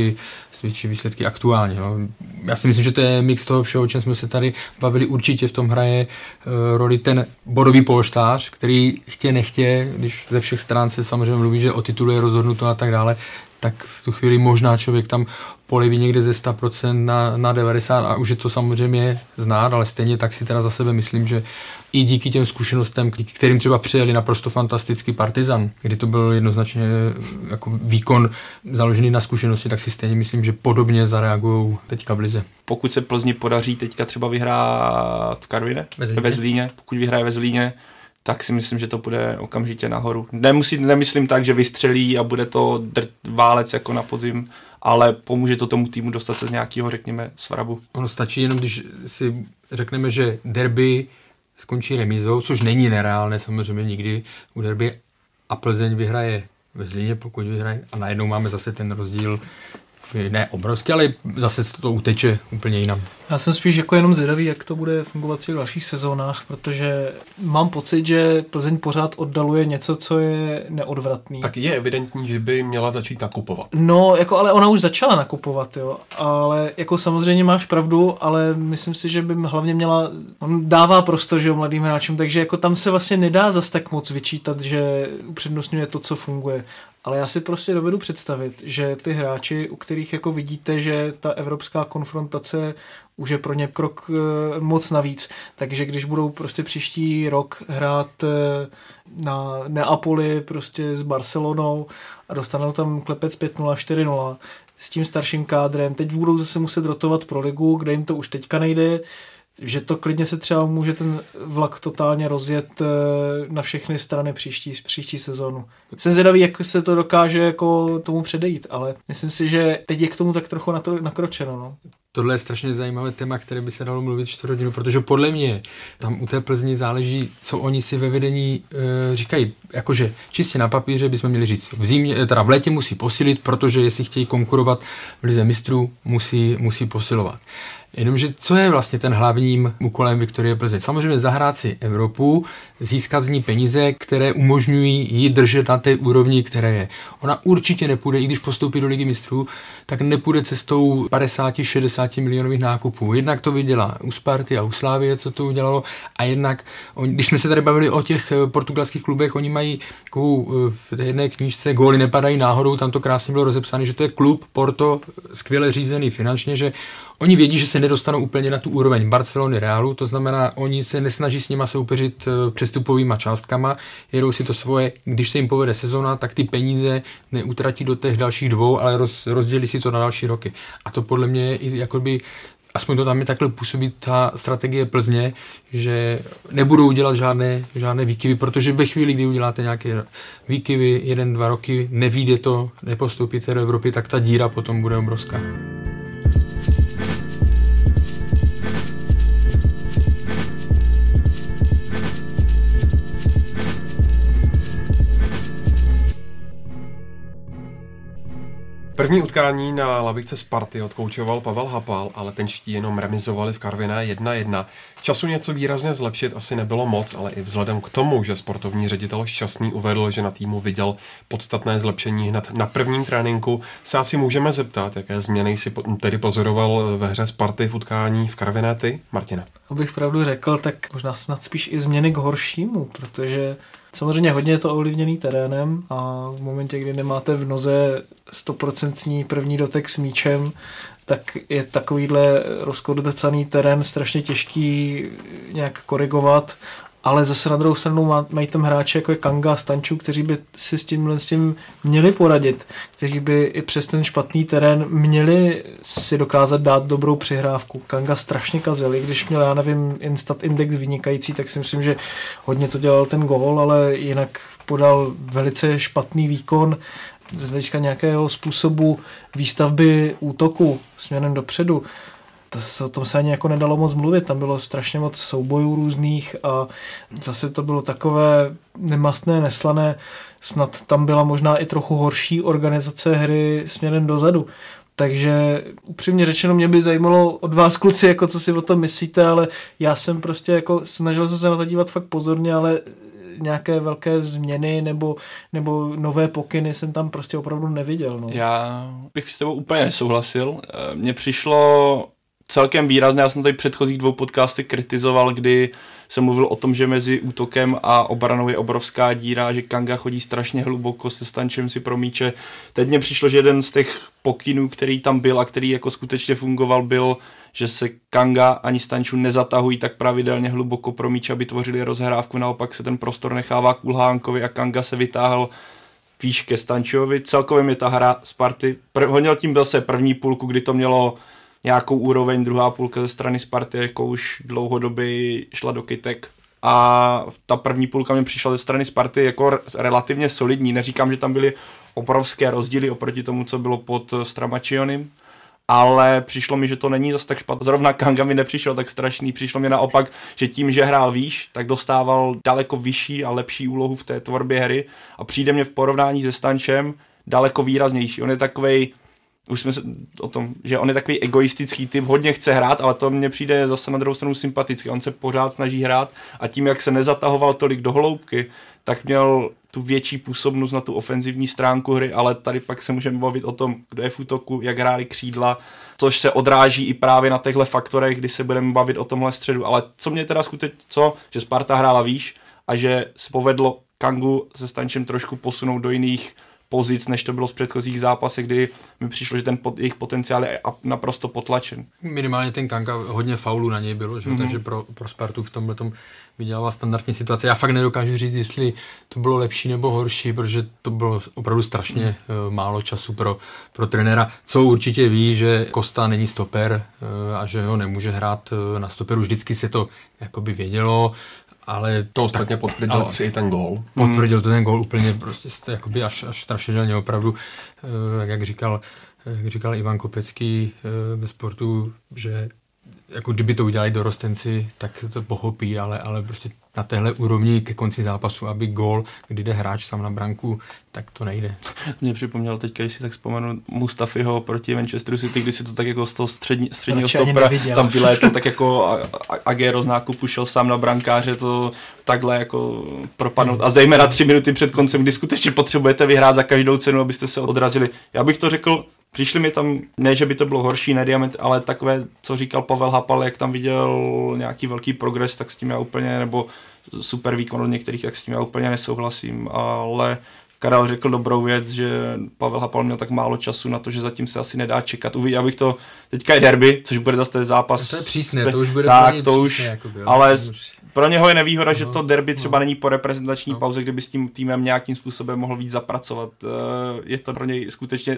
výsledky aktuálně. No. Já si myslím, že to je mix toho všeho, o čem jsme se tady bavili. Určitě v tom hraje roli ten bodový polštář, který nechtě, když ze všech stran se samozřejmě mluví, že o titulu je rozhodnuto a tak dále, tak v tu chvíli možná člověk tam poleví někde ze 100% na 90% a už je to samozřejmě znát, ale stejně tak si teda za sebe myslím, že i díky těm zkušenostem, kterým třeba přijeli naprosto fantastický Partizan, kdy to byl jednoznačně jako výkon založený na zkušenosti, tak si stejně myslím, že podobně zareagují teďka v lize. Pokud se Plzni podaří teďka třeba vyhrát v Karviné, ve Zlíně, pokud vyhraje ve Zlíně, tak si myslím, že to bude okamžitě nahoru. Nemyslím tak, že vystřelí a bude to válec jako na podzim, ale pomůže to tomu týmu dostat se z nějakého, řekněme, svrabu. Ono stačí jenom, když si řekneme, že derby skončí remízou, což není nereálné samozřejmě nikdy u derby a Plzeň vyhraje ve Zlíně, pokud vyhraje a najednou máme zase ten rozdíl ne obrovský, ale zase to uteče úplně jinam. Já jsem spíš jako jenom zvědavý, jak to bude fungovat v těch dalších sezónách, protože mám pocit, že Plzeň pořád oddaluje něco, co je neodvratný. Tak je evidentní, že by měla začít nakupovat. No, jako, ale ona už začala nakupovat, jo. Ale jako samozřejmě máš pravdu, ale myslím si, že by hlavně měla, on dává prostor, že jo, mladým hráčům, takže jako tam se vlastně nedá zas tak moc vyčítat, že upřednostňuje to, co funguje. Ale já si prostě dovedu představit, že ty hráči, u kterých jako vidíte, že ta evropská konfrontace už je pro ně krok moc navíc, takže když budou prostě příští rok hrát na Neapoli prostě s Barcelonou a dostanou tam klepec 5-0, 4-0 s tím starším kádrem, teď budou zase muset rotovat pro ligu, kde jim to už teďka nejde, že to klidně se třeba může ten vlak totálně rozjet na všechny strany příští sezónu. Jsem zvědavý, jak se to dokáže jako tomu předejít, ale myslím si, že teď je k tomu tak trochu nakročeno. No. Tohle je strašně zajímavé téma, které by se dalo mluvit 4 hodinu, protože podle mě tam u té Plzni záleží, co oni si ve vedení říkají. Jakože čistě na papíře bychom měli říct, v létě musí posilit, protože jestli chtějí konkurovat v lize mistrů, musí posilovat. Jenomže co je vlastně ten hlavním úkolem Viktorie Plzeň? Samozřejmě zahrát si Evropu, získat z ní peníze, které umožňují ji držet na té úrovni, které je. Ona určitě nepůjde, i když postoupí do ligy mistrů, tak nepůjde cestou 50-60 milionových nákupů. Jednak to viděla u Sparty a u Slávie, co to udělalo, a jednak, když jsme se tady bavili o těch portugalských klubech, oni mají v té jedné knížce Góly nepadají náhodou, tam to krásně bylo rozepsané, že to je klub Porto, skvěle řízený finančně, že oni vědí, že se nedostanou úplně na tu úroveň Barcelony, Realu, to znamená, oni se nesnaží s nima soupeřit přestupovýma částkama, jedou si to svoje, když se jim povede sezona, tak ty peníze neutratí do těch dalších 2, ale rozdělí si to na další roky. A to podle mě i jakoby, aspoň to tam je takhle působí ta strategie Plzně, že nebudou dělat žádné výkyvy, protože ve chvíli, kdy uděláte nějaké výkyvy 1-2 roky, nevyjde to, nepostoupíte do Evropy, tak ta díra potom bude obrovská. První utkání na lavice Sparty odkoučoval Pavel Hapal, ale tenští jenom remizovali v Karviné 1-1. Času něco výrazně zlepšit asi nebylo moc, ale i vzhledem k tomu, že sportovní ředitel Šťastný uvedl, že na týmu viděl podstatné zlepšení hned na prvním tréninku, se asi můžeme zeptat, jaké změny si tedy pozoroval ve hře Sparty v utkání v Karviné ty, Martina. Abych pravdu řekl, tak možná snad spíš i změny k horšímu, protože samozřejmě hodně je to ovlivněný terénem a v momentě, kdy nemáte v noze 100% první dotek s míčem, tak je takovýhle rozkodotecaný terén strašně těžký nějak korigovat, ale zase na druhou stranu mají tam hráče jako je Kanga a Stanču, kteří by si s tím měli poradit, kteří by i přes ten špatný terén měli si dokázat dát dobrou přihrávku. Kanga strašně kazil, i když měl, já nevím, instat index vynikající, tak si myslím, že hodně to dělal ten gól, ale jinak podal velice špatný výkon z hlediska nějakého způsobu výstavby útoku směrem dopředu. O tom se ani jako nedalo moc mluvit, tam bylo strašně moc soubojů různých a zase to bylo takové nemastné, neslané, snad tam byla možná i trochu horší organizace hry směrem dozadu. Takže upřímně řečeno mě by zajímalo od vás, kluci, jako co si o tom myslíte, ale já jsem prostě jako snažil se na to dívat fakt pozorně, ale nějaké velké změny nebo nové pokyny jsem tam prostě opravdu neviděl. No. Já bych s tebou úplně nesouhlasil. Mně přišlo celkem výrazně, já jsem tady předchozích 2 podcastech kritizoval, kdy jsem mluvil o tom, že mezi útokem a obranou je obrovská díra, že Kanga chodí strašně hluboko, se Stančem si promíče. Teď mně přišlo, že jeden z těch pokynů, který tam byl a který jako skutečně fungoval, byl, že se Kanga ani Stanču nezatahují tak pravidelně hluboko pro míč, aby tvořili rozhrávku, naopak se ten prostor nechává Kulhánkovi a Kanga se vytáhl výš ke Stančovi. Celkově mi ta hra Sparty, honil tím byl se první půlku, kdy to mělo nějakou úroveň, druhá půlka ze strany Sparty jako už dlouhodobě šla do kytek. A ta první půlka mi přišla ze strany Sparty jako relativně solidní. Neříkám, že tam byly obrovské rozdíly oproti tomu, co bylo pod Stramaccionem, ale přišlo mi, že to není zase tak špatné. Zrovna Kanga mi nepřišel tak strašný, přišlo mi naopak, že tím, že hrál výš, tak dostával daleko vyšší a lepší úlohu v té tvorbě hry a přijde mě v porovnání se Stančem daleko výraznější. On je takovej, už jsme se o tom, že on je takový egoistický typ, hodně chce hrát, ale to mně přijde zase na druhou stranu sympaticky. On se pořád snaží hrát a tím, jak se nezatahoval tolik do hloubky, tak měl tu větší působnost na tu ofenzivní stránku hry, ale tady pak se můžeme bavit o tom, kdo je v útoku, jak hráli křídla, což se odráží i právě na těchto faktorech, kdy se budeme bavit o tomhle středu. Ale co mě teda skutečně, že Sparta hrála výš a že se povedlo Kangu se Stančem trošku posunout do jiných pozic, než to bylo v předchozích zápasech, kdy mi přišlo, že ten jejich potenciál je naprosto potlačen. Minimálně ten Kanka, hodně faulů na něj bylo, že? Takže pro Spartu v tomhletom vydělával standardní situace. Já fakt nedokážu říct, jestli to bylo lepší nebo horší, protože to bylo opravdu strašně málo času pro trenéra. Co určitě ví, že Costa není stoper a že ho nemůže hrát na stoperu. Vždycky se to jakoby vědělo, ale to ostatně potvrdil asi i ten gól. Potvrdil to ten gól úplně prostě jakoby až strašidelně opravdu, jak říkal Ivan Kopecký ve Sportu, že jako kdyby to udělali dorostenci, tak to pochopí, ale prostě na téhle úrovni ke konci zápasu, aby gól, kdy jde hráč sám na branku, tak to nejde. Mě připomněl teďka, když si tak vzpomenu Mustafiho proti Manchesteru City, kdy si to tak jako z toho středního stopera tam vylétl, tak jako Agüero z nákupu šel sám na brankáře, to takhle jako propadnout. A zejména 3 minuty před koncem, kdy skutečně potřebujete vyhrát za každou cenu, abyste se odrazili. Já bych to řekl, přišli mi tam, ne, že by to bylo horší, ne diamant, ale takové, co říkal Pavel Hapal, jak tam viděl nějaký velký progres, tak s tím já úplně, nebo super výkon od některých, tak s tím já úplně nesouhlasím, ale Karel řekl dobrou věc, že Pavel Hapal měl tak málo času na to, že zatím se asi nedá čekat. Já bych to, teďka je derby, což bude zase zápas. To je přísné, to už bude tak, to přísné, už, jakoby, ale pro něho je nevýhoda, že to derby třeba není po reprezentační pauze, kdyby s tím týmem nějakým způsobem mohl víc zapracovat. Je to pro něj skutečně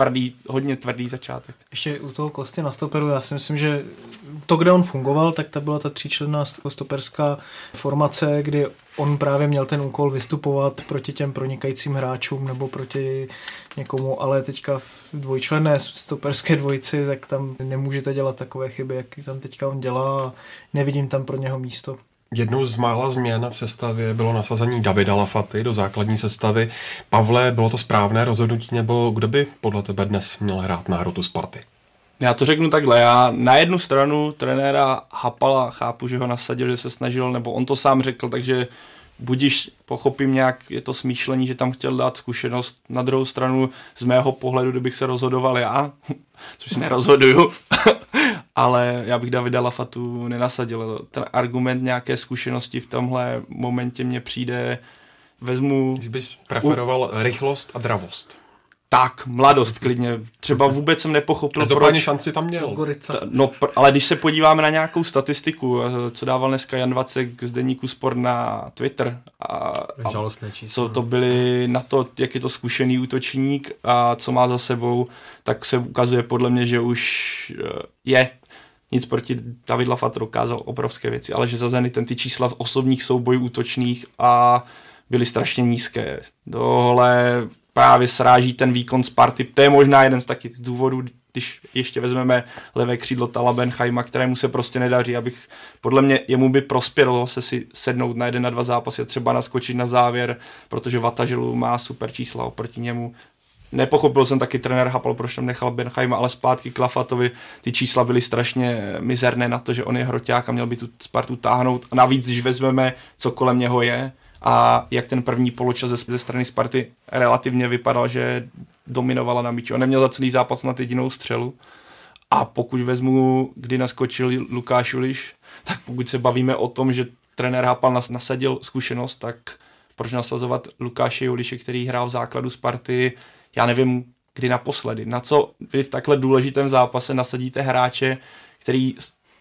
hodně tvrdý začátek. Ještě u toho Kosty na stoperu, já si myslím, že to, kde on fungoval, tak ta byla ta 3členná stoperská formace, kdy on právě měl ten úkol vystupovat proti těm pronikajícím hráčům nebo proti někomu, ale teďka v dvojčlenné stoperské dvojici, tak tam nemůžete dělat takové chyby, jak tam teďka on dělá a nevidím tam pro něho místo. Jednou z mála změn v sestavě bylo nasazení Davida Lafaty do základní sestavy. Pavle, bylo to správné rozhodnutí, nebo kdo by podle tebe dnes měl hrát na hrotu Sparty? Já to řeknu takhle, já na jednu stranu trenéra Hapala chápu, že ho nasadil, že se snažil, nebo on to sám řekl, takže budiž pochopím nějak, je to smýšlení, že tam chtěl dát zkušenost. Na druhou stranu, z mého pohledu, kdybych se rozhodoval já, což si nerozhoduju, ale já bych Davida Lafatu nenasadil. Ten argument nějaké zkušenosti v tomhle momentě mně přijde, vezmu... Když bys preferoval rychlost a dravost. Tak, mladost klidně. Třeba vůbec jsem nepochopil, proč. Šanci tam měl. No, ale když se podíváme na nějakou statistiku, co dával dneska Jan Vacek z deníku Sport na Twitter. Žalostné číslo. Co to byly na to, jak je to zkušený útočník a co má za sebou, tak se ukazuje podle mě, že už je nic proti David Lafat dokázal obrovské věci, ale že za Zenit ty čísla v osobních soubojů útočných a byly strašně nízké. Tohle právě sráží ten výkon Sparty. To je možná jeden z takých důvodů, když ještě vezmeme levé křídlo Tala Benchaima, kterému se prostě nedaří, podle mě jemu by prospělo se si sednout na 1 na 2 zápasy a třeba naskočit na závěr, protože Vataželu má super čísla oproti němu. Nepochopil jsem taky trenér Hapal, proč tam nechal Benchaima, ale zpátky k Lafatovi ty čísla byly strašně mizerné na to, že on je hroťák a měl by tu Spartu táhnout. A navíc, když vezmeme, co kolem něho je, a jak ten první poločas ze strany Sparty relativně vypadal, že dominovala na míči. On neměl za celý zápas na jedinou střelu. A pokud vezmu, kdy naskočil Lukáš Juliš, tak pokud se bavíme o tom, že trenér Hapal nasadil zkušenost, tak proč nasazovat Lukáše Juliše, který hrál v základu Sparty, já nevím, kdy naposledy. Na co vy v takhle důležitém zápase nasadíte hráče, který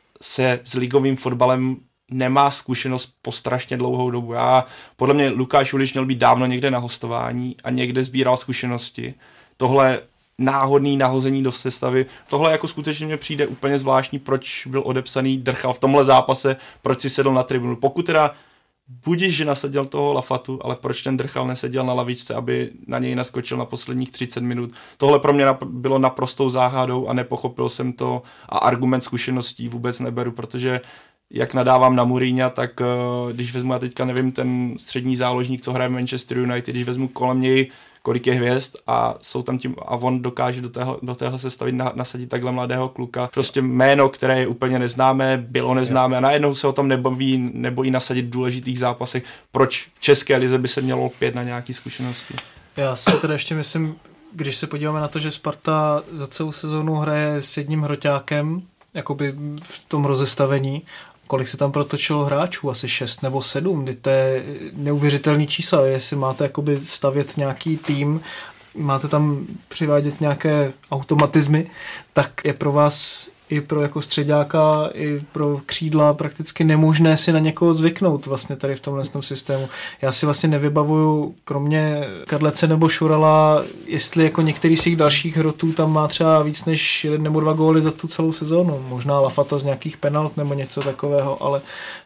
se s ligovým fotbalem nemá zkušenost po strašně dlouhou dobu. Podle mě Lukáš Juliš měl být dávno někde na hostování a někde sbíral zkušenosti. Tohle náhodný nahození do sestavy, tohle jako skutečně mě přijde úplně zvláštní, proč byl odepsaný Drchal v tomhle zápase, proč si sedl na tribunu. Pokud teda budiš, že nasadil toho Lafatu, ale proč ten Drchal neseděl na lavičce, aby na něj naskočil na posledních 30 minut. Tohle pro mě bylo naprostou záhadou a nepochopil jsem to a argument zkušeností vůbec neberu, protože jak nadávám na Mourinha, tak když vezmu, já teďka nevím, ten střední záložník, co hraje Manchester United, když vezmu kolem něj, kolik je hvězd a jsou tam tím, a on dokáže do téhle sestavy nasadit takhle mladého kluka. Prostě jméno, které je úplně neznámé, bylo neznámé a najednou se o tom nebojí nasadit v důležitých zápasech. Proč v české lize by se mělo opět na nějaké zkušenosti? Já si teda ještě myslím, když se podíváme na to, že Sparta za celou sezónu hraje s jedním hroťákem, jakoby v tom rozestavení, kolik se tam protočilo hráčů, asi 6 nebo 7, to je neuvěřitelný číslo, jestli máte jakoby stavět nějaký tým máte tam přivádět nějaké automatizmy, tak je pro vás i pro jako středáka, i pro křídla prakticky nemožné si na někoho zvyknout vlastně tady v tomhle systému. Já si vlastně nevybavuju, kromě Kadlece nebo Šurala, jestli jako některý z těch dalších hrotů tam má třeba víc než 1 nebo 2 góly za tu celou sezónu. Možná Lafata z nějakých penalt nebo něco takového, ale...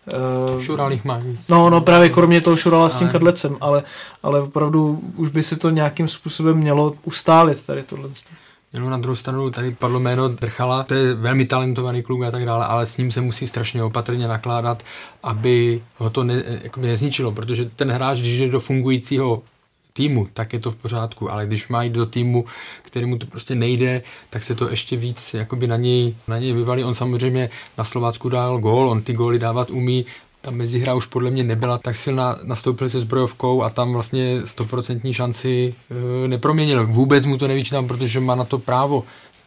Šural jich má víc. No právě kromě toho Šurala s tím Kadlecem, ale opravdu už by se to nějakým způsobem mělo ustálit tady tohle. Jenom na druhou stranu tady padlo jméno Drchala, to je velmi talentovaný kluk a tak dále, ale s ním se musí strašně opatrně nakládat, aby ho to nezničilo, protože ten hráč, když jde do fungujícího týmu, tak je to v pořádku, ale když má jít do týmu, kterému to prostě nejde, tak se to ještě víc jakoby na něj vyvalí. On samozřejmě na Slovácku dal gól, on ty góly dávat umí, ta mezihra už podle mě nebyla tak silná, nastoupil se zbrojovkou a tam vlastně 100% šanci neproměnil. Vůbec mu to nevyčítám, protože má na to právo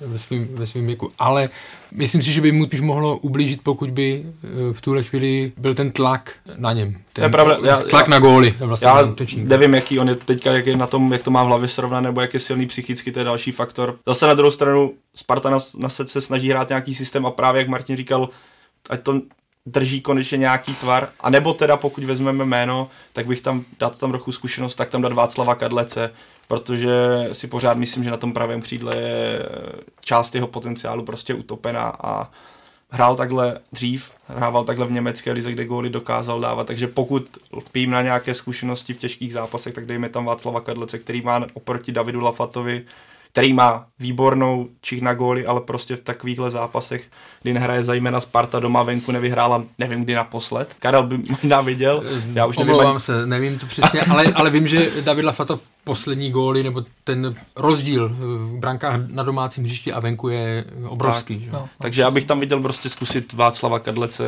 ve svým věku, ale myslím si, že by mu už mohlo ublížit, pokud by v tuhle chvíli byl ten tlak na něm. Tlak na góly. Vlastně já nevím, jaký on je teďka, jak je na tom, jak to má v hlavě srovnat, nebo jak je silný psychicky, to je další faktor. Zase na druhou stranu Sparta na set se snaží hrát nějaký systém a právě, jak Martin říkal, ať to drží konečně nějaký tvar, a nebo teda pokud vezmeme jméno, tak bych tam dát tam trochu zkušenost, tak tam dát Václava Kadlece, protože si pořád myslím, že na tom pravém křídle je část jeho potenciálu prostě utopená a hrál takhle dřív, hrával takhle v německé lize, kde góly dokázal dávat, takže pokud lpím na nějaké zkušenosti v těžkých zápasech, tak dejme tam Václava Kadlece, který má oproti Davidu Lafatovi, který má výbornou čich na góly, ale prostě v takovýchhle zápasech, kdy nehraje zejména Sparta doma, venku nevyhrála, nevím kdy naposled. Karel by možná viděl. Já už omlouvám se, nevím to přesně, ale vím, že David Lafata poslední góly, nebo ten rozdíl v brankách na domácím hřišti a venku je obrovský. Tak, takže já bych tam viděl prostě zkusit Václava Kadlece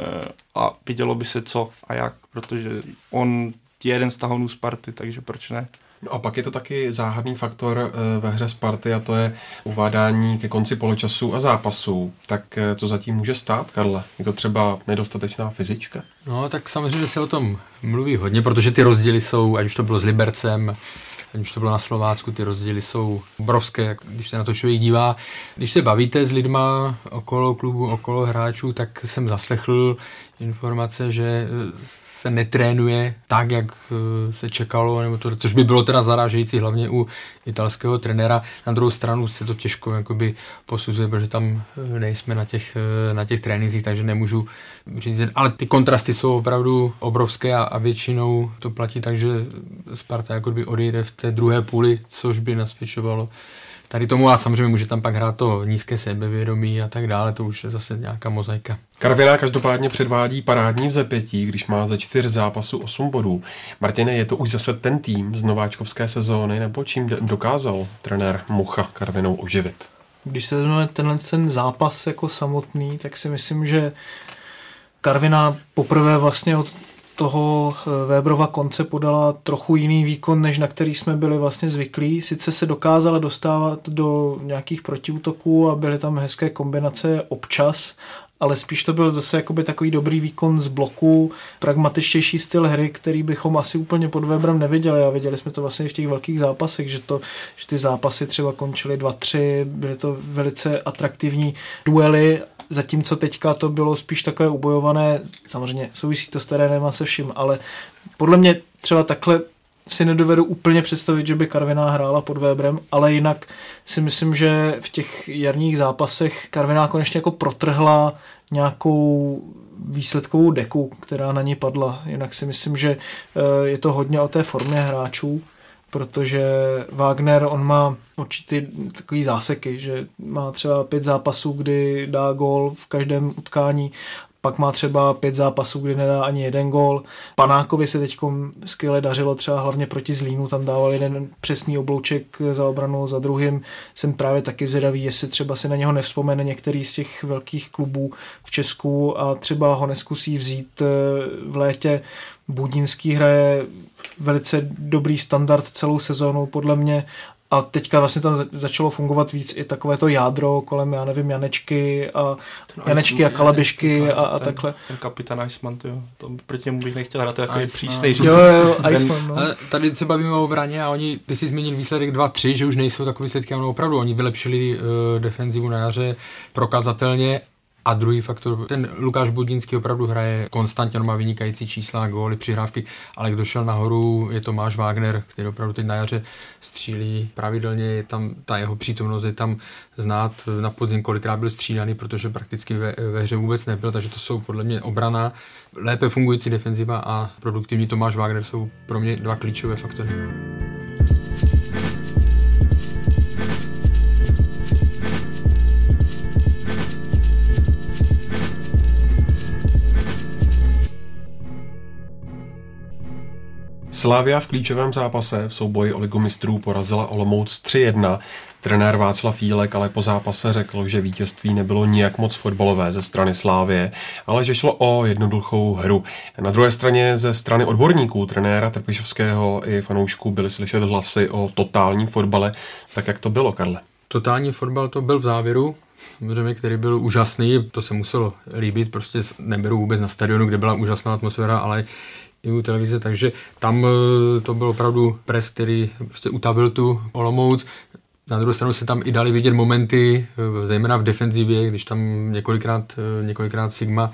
a vidělo by se co a jak, protože on je jeden z tahonů Sparty, takže proč ne? No a pak je to taky záhadný faktor ve hře Sparty a to je uvádání ke konci poločasu a zápasů. Tak co zatím může stát, Karle? Je to třeba nedostatečná fyzička? No tak samozřejmě se o tom mluví hodně, protože ty rozdíly jsou, ať už to bylo s Libercem, ať už to bylo na Slovácku, ty rozdíly jsou obrovské, když se na to člověk dívá. Když se bavíte s lidma okolo klubu, okolo hráčů, tak jsem zaslechl informace, že se netrénuje tak, jak se čekalo, nebo to, což by bylo teda zarážející, hlavně u italského trenéra. Na druhou stranu se to těžko jakoby posuzuje, protože tam nejsme na těch trénincích, takže nemůžu říct, ale ty kontrasty jsou opravdu obrovské a většinou to platí tak, že Sparta jakoby odejde v té druhé půli, což by nasvědčovalo tady tomu, a samozřejmě může tam pak hrát to nízké sebevědomí a tak dále, to už je zase nějaká mozaika. Karviná každopádně předvádí parádní vzepětí, když má ze 4 zápasů 8 bodů. Martine, je to už zase ten tým z nováčkovské sezóny, nebo čím dokázal trenér Mucha Karvinou oživit? Když se vezmeme ten zápas jako samotný, tak si myslím, že Karviná poprvé vlastně od toho Weberova konce podala trochu jiný výkon, než na který jsme byli vlastně zvyklí. Sice se dokázala dostávat do nějakých protiútoků a byly tam hezké kombinace občas, ale spíš to byl zase jakoby takový dobrý výkon z bloku, pragmatičtější styl hry, který bychom asi úplně pod Weberem neviděli, a viděli jsme to vlastně v těch velkých zápasech, že ty zápasy třeba končily 2-3, byly to velice atraktivní duely, zatímco teďka to bylo spíš takové ubojované, samozřejmě souvisí to s terénem a se vším, ale podle mě třeba takhle si nedovedu úplně představit, že by Karviná hrála pod Weberem, ale jinak si myslím, že v těch jarních zápasech Karviná konečně jako protrhla nějakou výsledkovou deku, která na ní padla. Jinak si myslím, že je to hodně o té formě hráčů, protože Wagner, on má určitý takový záseky, že má třeba 5 zápasů, kdy dá gól v každém utkání, pak má třeba 5 zápasů, kdy nedá ani 1 gól. Panákovi se teď skvěle dařilo, třeba hlavně proti Zlínu, tam dával jeden přesný oblouček za obranu za druhým. Jsem právě taky zvědavý, jestli třeba si na něho nevzpomene některý z těch velkých klubů v Česku a třeba ho neskusí vzít v létě. Budínský hraje velice dobrý standard celou sezónu podle mě A teďka vlastně tam začalo fungovat víc i takové to jádro kolem, já nevím, Janečky a Kalabišky a takhle. Ten kapitán Iceman, jo. To proti němu bych nechtěl hrát, to je jako přísnej říct. Jo, Iceman, no. Tady se bavíme o obraně a ty si zmínil výsledek 2-3, že už nejsou takový výsledky, ale opravdu oni vylepšili defenzivu na jaře prokazatelně. A druhý faktor, ten Lukáš Budinský opravdu hraje konstantně, on má vynikající čísla, góly, přihrávky, ale kdo šel nahoru, je Tomáš Wagner, který opravdu teď na jaře střílí pravidelně, je tam ta jeho přítomnost, je tam znát na podzim, kolikrát byl střídaný, protože prakticky ve hře vůbec nebyl, takže to jsou podle mě obrana, lépe fungující defenziva a produktivní Tomáš Wagner jsou pro mě dva klíčové faktory. Slavia v klíčovém zápase v souboji o Ligu mistrů porazila Olomouc 3-1. Trenér Václav Jílek ale po zápase řekl, že vítězství nebylo nijak moc fotbalové ze strany Slavie, ale že šlo o jednoduchou hru. Na druhé straně ze strany odborníků, trenéra Trpišovského i fanoušků byly slyšet hlasy o totálním fotbale. Tak jak to bylo, Karle? Totální fotbal to byl v závěru, který byl úžasný, to se muselo líbit, prostě neberu vůbec na stadionu, kde byla úžasná atmosféra, ale i u televize, takže tam to byl opravdu pres, který prostě utavil tu Olomouc. Na druhou stranu se tam i dali vidět momenty, zejména v defenzivě, když tam několikrát Sigma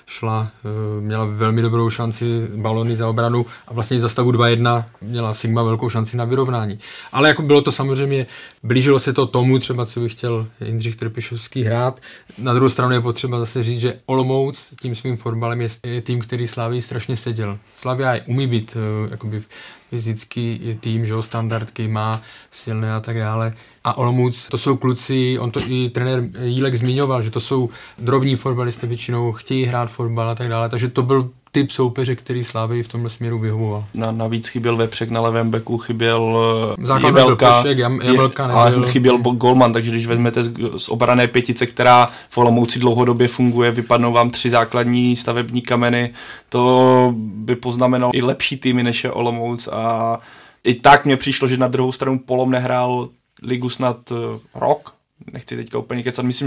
měla velmi dobrou šanci balony za obranu a vlastně za stavu 2-1 měla Sigma velkou šanci na vyrovnání. Ale jako bylo to samozřejmě, blížilo se to tomu třeba, co by chtěl Jindřich Trpišovský hrát. Na druhou stranu je potřeba zase říct, že Olomouc tím svým fotbalem je tým, který Slavii strašně seděl. Slavia umí být jakoby fyzický tým, že standardky má silné a tak dále. A Olomouc, to jsou kluci, on to i trenér Jílek zmiňoval, že to jsou drobní fotbalisté, většinou chtějí hrát fotbal a tak dále, takže to byl typ soupeře, který Slavii v tomhle směru vyhovoval. Navíc chyběl Vepřek na levém beku, chyběl Jamelka nebyl. Chyběl golman, takže když vezmete z obrané pětice, která v Olomouci dlouhodobě funguje, vypadnou vám 3 základní stavební kameny, to by poznamenalo i lepší týmy než je Olomouc a i tak mně přišlo, že na druhou stranu Polom nehrál ligu snad rok. Nechci teďka úplně kecat, myslím,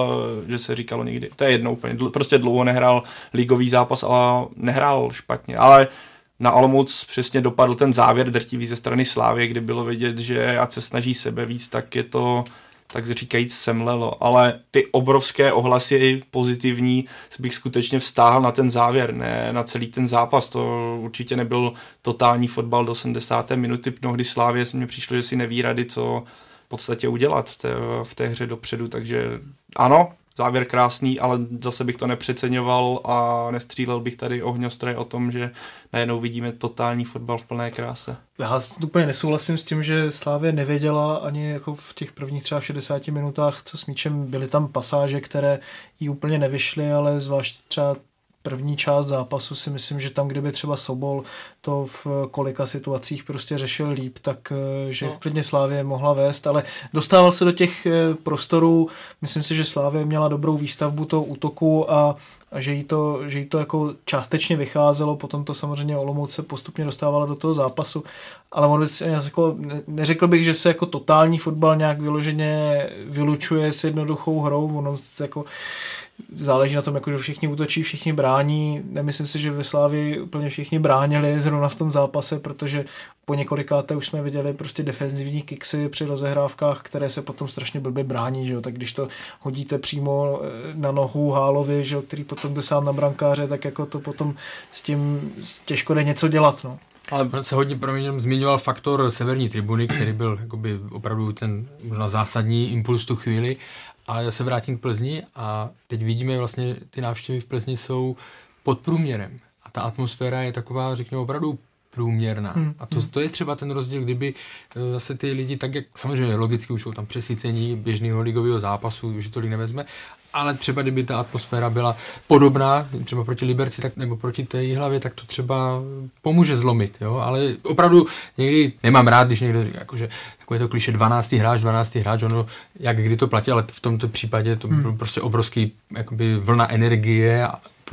že se říkalo někdy. To je jedno úplně, prostě dlouho nehrál ligový zápas, ale nehrál špatně. Ale na Olomouc přesně dopadl ten závěr drtivý ze strany Slávie, kdy bylo vidět, že ať se snaží sebe víc, tak je to, tak říkajíc, semlelo. Ale ty obrovské ohlasy pozitivní bych skutečně vztáhl na ten závěr, ne na celý ten zápas. To určitě nebyl totální fotbal do 70. minuty, mnohdy Slávie mně přišlo, že si neví rady, co v podstatě udělat v té hře dopředu, takže ano, závěr krásný, ale zase bych to nepřeceňoval a nestřílel bych tady ohňostroje o tom, že najednou vidíme totální fotbal v plné kráse. Já úplně nesouhlasím s tím, že Slavie nevěděla ani jako v těch prvních třeba 60 minutách, co s míčem, byly tam pasáže, které jí úplně nevyšly, ale zvlášť třeba první část zápasu si myslím, že tam, kdyby třeba Sobol to v kolika situacích prostě řešil líp, tak že klidně Slavie mohla vést, ale dostával se do těch prostorů, myslím si, že Slavie měla dobrou výstavbu toho útoku a že jí to jako částečně vycházelo, potom to samozřejmě Olomouc se postupně dostávala do toho zápasu, ale on jako, neřekl bych, že se jako totální fotbal nějak vyloženě vylučuje s jednoduchou hrou, ono jako záleží na tom, jako, že všichni útočí, všichni brání. Nemyslím si, že ve Slavii úplně všichni bránili zrovna v tom zápase, protože po několikáté už jsme viděli prostě defenzivní kiksy při rozehrávkách, které se potom strašně blbě brání, že jo? Tak když to hodíte přímo na nohu Hálovi, že jo? Který potom jde sám na brankáře, tak jako to potom s tím těžko jde něco dělat, no. Ale se hodně zmiňoval faktor severní tribuny, který byl jakoby opravdu ten možná zásadní impuls tu chvíli. Ale já se vrátím k Plzni a teď vidíme vlastně, ty návštěvy v Plzni jsou pod průměrem. A ta atmosféra je taková, řekněme, opravdu průměrná. A to je třeba ten rozdíl, kdyby zase ty lidi, tak jak samozřejmě logicky už jsou tam přesycení běžného ligového zápasu, že tolik nevezme, ale třeba kdyby ta atmosféra byla podobná, třeba proti Liberci tak, nebo proti té Jihlavě, tak to třeba pomůže zlomit, jo? Ale opravdu někdy nemám rád, když někdo říká, jakože takové to kliše 12. hráč, ono, jak kdy to platí, ale v tomto případě to byl prostě obrovský jakoby vlna energie a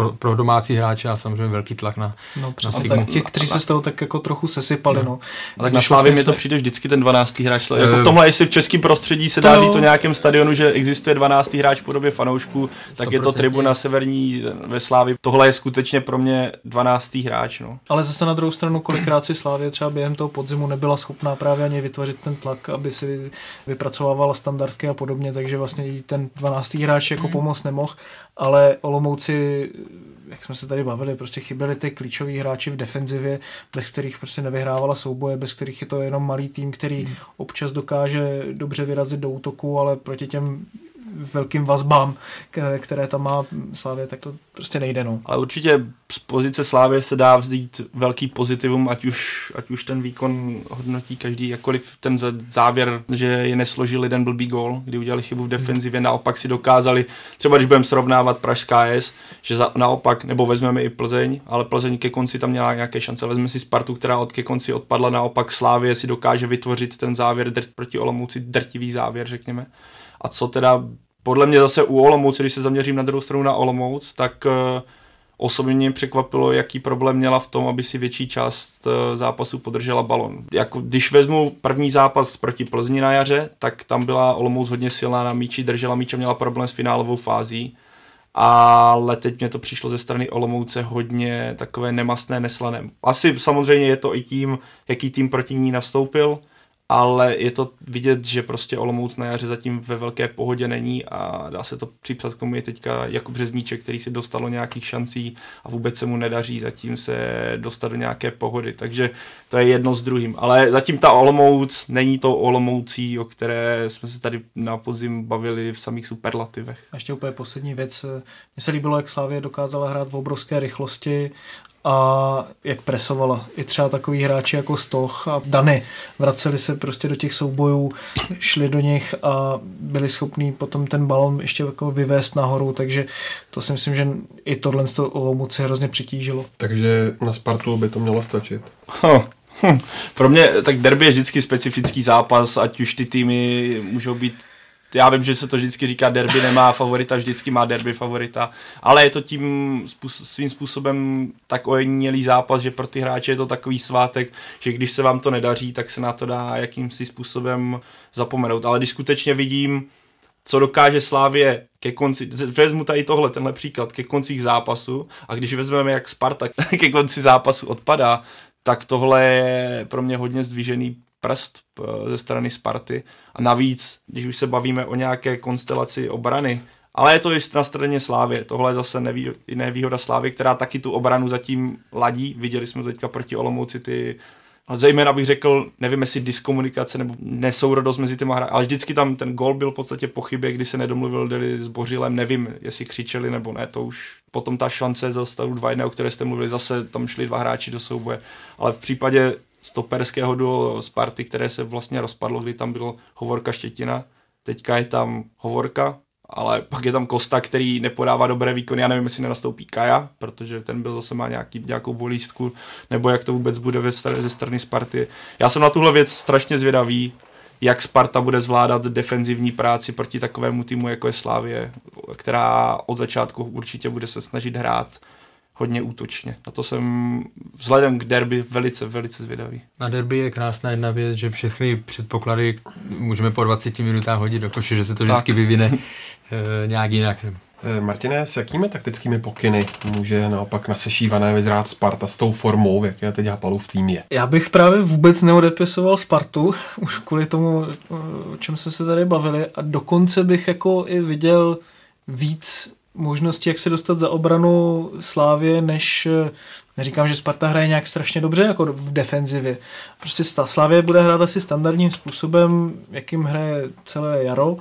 pro domácí hráče a samozřejmě velký tlak na Sigmu. Těch, kteří se z toho tak jako trochu sesypali. No. A tak na Slávě mi to přijde vždycky ten 12. hráč. Jako v tomhle, jestli v českém prostředí se dá říct o nějakém stadionu, že existuje 12. hráč v podobě fanoušků, tak je to Tribuna Severní ve Slávii. Tohle je skutečně pro mě 12. hráč. No. Ale zase na druhou stranu, kolikrát si Slávie třeba během toho podzimu nebyla schopná právě ani vytvořit ten tlak, aby si vypracovávala standardky a podobně, takže vlastně i ten 12. hráč jako pomoc nemohl, ale Olomouci, jak jsme se tady bavili, prostě chyběli ty klíčoví hráči v defenzivě, bez kterých prostě nevyhrávala souboje, bez kterých je to jenom malý tým, který občas dokáže dobře vyrazit do útoku, ale proti těm velkým vazbám, které tam má Slavie, tak to prostě nejde. No. Ale určitě z pozice Slavie se dá vzít velký pozitivum, ať už ten výkon hodnotí každý, jakkoliv ten závěr, že je nesložil jeden blbý gól, kdy udělali chybu v defenzivě, naopak si dokázali, třeba když budeme srovnávat Pražská AS, že naopak, nebo vezmeme i Plzeň, ale Plzeň ke konci tam měla nějaké šance, vezmeme si Spartu, která ke konci odpadla, naopak Slavie si dokáže vytvořit ten závěr proti Olomouci, drtivý závěr, řekněme. A co teda podle mě zase u Olomouce, když se zaměřím na druhou stranu na Olomouc, tak osobně mě překvapilo, jaký problém měla v tom, aby si větší část zápasu podržela balon. Jako, když vezmu první zápas proti Plzni na jaře, tak tam byla Olomouc hodně silná na míči, držela míč a měla problém s finálovou fází. Ale teď mě to přišlo ze strany Olomouce hodně takové nemastné, neslané. Asi samozřejmě je to i tím, jaký tým proti ní nastoupil, ale je to vidět, že prostě Olomouc na jaře zatím ve velké pohodě není a dá se to připsat k tomu je teďka Jakub Řezníček, který si dostalo nějakých šancí a vůbec se mu nedaří zatím se dostat do nějaké pohody, takže to je jedno s druhým. Ale zatím ta Olomouc není to Olomoucí, o které jsme se tady na podzim bavili v samých superlativech. A ještě úplně poslední věc. Mně se líbilo, jak Slavie dokázala hrát v obrovské rychlosti a jak presovala. I třeba takový hráči jako Stoch a Dany vraceli se prostě do těch soubojů, šli do nich a byli schopní potom ten balon ještě jako vyvést nahoru, takže to si myslím, že i tohle z toho Olomouci hrozně přitížilo. Takže na Spartu by to mělo stačit. Pro mě tak derby je vždycky specifický zápas, ať už ty týmy můžou být. Já vím, že se to vždycky říká, derby nemá favorita, vždycky má derby favorita, ale je to tím svým způsobem tak ojedinělý zápas, že pro ty hráče je to takový svátek, že když se vám to nedaří, tak se na to dá jakýmsi způsobem zapomenout. Ale když skutečně vidím, co dokáže Slavie ke konci, vezmu tady tenhle příklad, ke koncích zápasu a když vezmeme, jak Sparta ke konci zápasu odpadá, tak tohle je pro mě hodně zdvižený prst ze strany Sparty. A navíc, když už se bavíme o nějaké konstelaci obrany, ale je to i na straně Slávie. Tohle je zase nevýhoda Slávie, která taky tu obranu zatím ladí. Viděli jsme teďka proti Olomouci ty, zejména bych řekl, nevím jestli diskomunikace nebo nesourodost mezi těma hráči, ale vždycky tam ten gól byl v podstatě po chybě, kdy se nedomluvili s Bořilem, nevím, jestli křičeli nebo ne, to už potom ta šance za stavu 2-1, o které jste mluvili, zase tam šli dva hráči do souboje, ale v případě stoperského duo Sparty, které se vlastně rozpadlo, kdy tam byl Hovorka Štětina, teďka je tam Hovorka, ale pak je tam Kosta, který nepodává dobré výkony, já nevím, jestli nenastoupí Kaja, protože ten byl zase má nějakou bolístku, nebo jak to vůbec bude ze strany Sparty. Já jsem na tuhle věc strašně zvědavý, jak Sparta bude zvládat defenzivní práci proti takovému týmu, jako je Slavie, která od začátku určitě bude se snažit hrát hodně útočně. Na to jsem vzhledem k derby velice, velice zvědavý. Na derby je krásná jedna věc, že všechny předpoklady můžeme po 20 minutách hodit do koše, že se to vždycky vyvine nějak jinak. Martine, s jakými taktickými pokyny může naopak na sešívané vyzrát Sparta s tou formou, jak je teď Hapalův tým je? Já bych právě vůbec neodepisoval Spartu, už kvůli tomu, o čem jsme se tady bavili, a dokonce bych jako i viděl víc možnosti, jak se dostat za obranu Slávie, než neříkám, že Sparta hraje nějak strašně dobře, jako v defenzivě. Prostě Slávie bude hrát asi standardním způsobem, jakým hraje celé jaro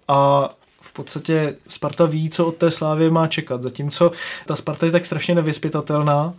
a v podstatě Sparta ví, co od té Slávie má čekat, zatímco ta Sparta je tak strašně nevyzpytatelná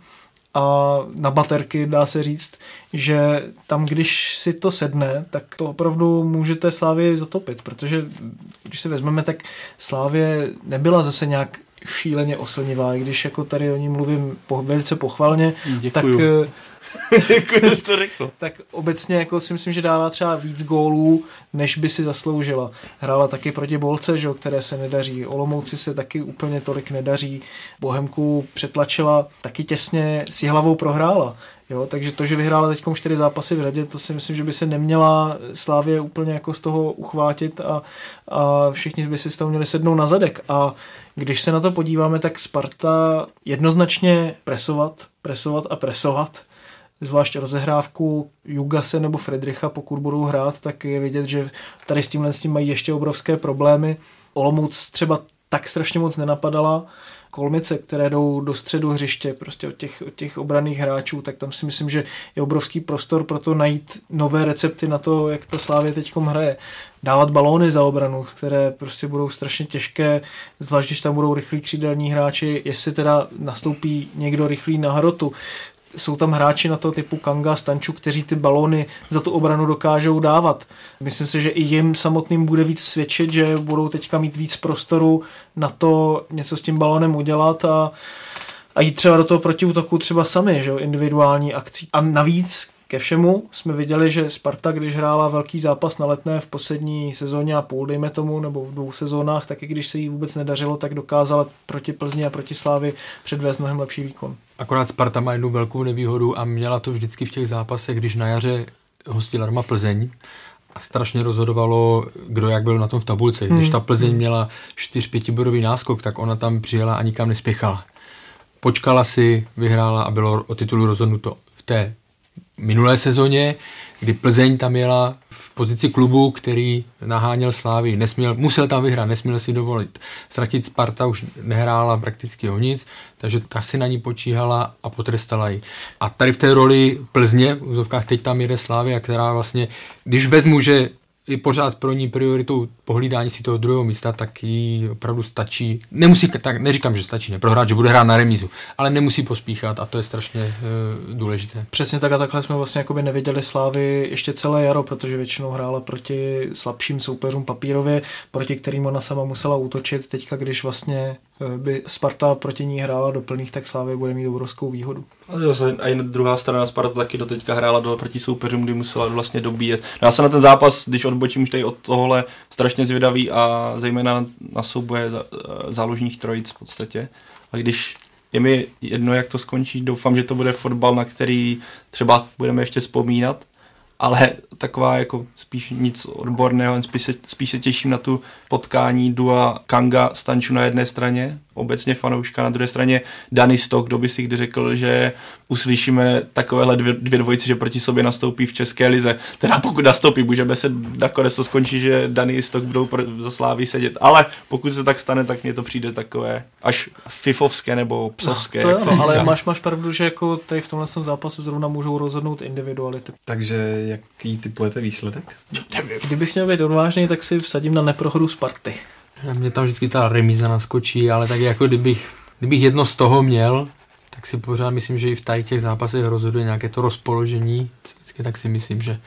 a na baterky dá se říct, že tam, když si to sedne, tak to opravdu můžete Slávii zatopit, protože když se vezmeme, tak Slávie nebyla zase nějak šíleně oslnivá, i když jako tady o ní mluvím velice pochvalně, tak Jako jsi to řekl. Tak obecně jako si myslím, že dává třeba víc gólů, než by si zasloužila. Hrála taky proti Bolce, že, které se nedaří. Olomouci se taky úplně tolik nedaří. Bohemku přetlačila, taky těsně s Jihlavou prohrála. Jo, takže to, že vyhrála teď 4 zápasy v řadě, to si myslím, že by se neměla Slavie úplně jako z toho uchvátit a všichni by si z toho měli sednout na zadek. A když se na to podíváme, tak Sparta jednoznačně presovat, zvlášť rozehrávku Jugase nebo Friedricha, pokud budou hrát, tak je vidět, že tady s tím mají ještě obrovské problémy. Olomouc třeba tak strašně moc nenapadala. Kolmice, které jdou do středu hřiště, prostě od těch obranných hráčů, tak tam si myslím, že je obrovský prostor pro to najít nové recepty na to, jak ta Slavie teďkom hraje. Dávat balóny za obranu, které prostě budou strašně těžké, zvlášť když tam budou rychlí křídelní hráči, jestli teda nastoupí někdo rychlý na hrotu. Jsou tam hráči na to typu Kanga, Stanču, kteří ty balóny za tu obranu dokážou dávat. Myslím si, že i jim samotným bude víc svědčit, že budou teďka mít víc prostoru na to něco s tím balónem udělat a jít třeba do toho protiútoku třeba sami, že jo, individuální akcí. A navíc ke všemu jsme viděli, že Sparta, když hrála velký zápas na Letné v poslední sezóně a půl, dejme tomu, nebo v 2 sezónách, tak i když se jí vůbec nedařilo, tak dokázala proti Plzni a proti Slávii předvést mnohem lepší výkon. Akorát Sparta má jednu velkou nevýhodu a měla to vždycky v těch zápasech, když na jaře hostila doma Plzeň a strašně rozhodovalo, kdo jak byl na tom v tabulce. Když ta Plzeň měla 4-5 bodový náskok, tak ona tam přijela a nikam nespěchala. Počkala si, vyhrála a bylo o titulu rozhodnuto. V té minulé sezóně, kdy Plzeň tam jela v pozici klubu, který naháněl Slávii. Musel tam vyhrát, nesměl si dovolit ztratit. Sparta už nehrála prakticky o nic, takže ta si na ní počíhala a potrestala ji. A tady v té roli Plzně, v úzovkách teď tam jede Slavia, která vlastně, když vezmu, že je pořád pro ní prioritou pohlídání si toho druhého místa, tak jí opravdu stačí. Nemusí, tak neříkám, že stačí neprohrát, že bude hrát na remízu, ale nemusí pospíchat a to je strašně důležité. Přesně tak a takhle jsme vlastně jakoby neviděli Slávy ještě celé jaro, protože většinou hrála proti slabším soupeřům papírově, proti kterým ona sama musela útočit. Teďka, když vlastně by Sparta proti ní hrála do plných, tak Slavie bude mít obrovskou výhodu. A i druhá strana Sparta taky doteďka hrála proti soupeřům, kdy musela vlastně dobíjet. Já jsem na ten zápas, když odbočím už tady od tohohle, strašně zvědavý a zejména na souboje záložních trojic v podstatě. A když je mi jedno, jak to skončí, doufám, že to bude fotbal, na který třeba budeme ještě vzpomínat, ale taková jako spíš nic odborného, spíš se těším na tu potkání dua Kanga Stanču na jedné straně, obecně fanouška, na druhé straně Danny Stock, kdo by si kdy řekl, že uslyšíme takovéhle dvě dvojice, že proti sobě nastoupí v České lize. Teda pokud nastoupí, můžeme se nakonec to skončí, že Danny Stock budou za Slávy sedět, ale pokud se tak stane, tak mně to přijde takové až fifovské nebo psovské. No, to ale máš pravdu, že jako tady v tomhle zápase zrovna můžou rozhodnout individuality. Takže jaký typujete výsledek? Kdybych měl být odvážný, tak si vsadím na neprohru Sparty. Mě tam vždycky ta remíza naskočí, ale tak jako kdybych jedno z toho měl, tak si pořád myslím, že i v těch zápasech rozhoduje nějaké to rozpoložení. Vždycky tak si myslím, že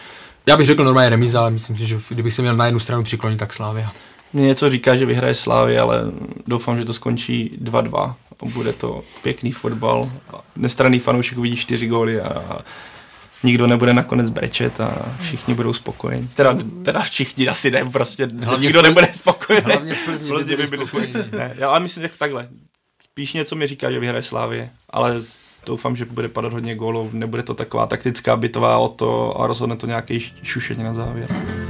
já bych řekl normálně remíza, ale myslím si, že kdybych se měl na jednu stranu přiklonit, tak Slavia. Mně něco říká, že vyhraje Slavia, ale doufám, že to skončí 2-2. Bude to pěkný fotbal. Nestranný fanoušek uvidí 4 góly a nikdo nebude nakonec brečet a všichni budou spokojení. Teda všichni asi ne, prostě nikdo nebude spokojený. Hlavně v Plzni by byli spokojení. Ne, já myslím, že takhle. Spíš něco mi říká, že vyhraje Slavie, ale doufám, že bude padat hodně gólů, nebude to taková taktická bitva o to a rozhodne to nějaký šušení na závěr.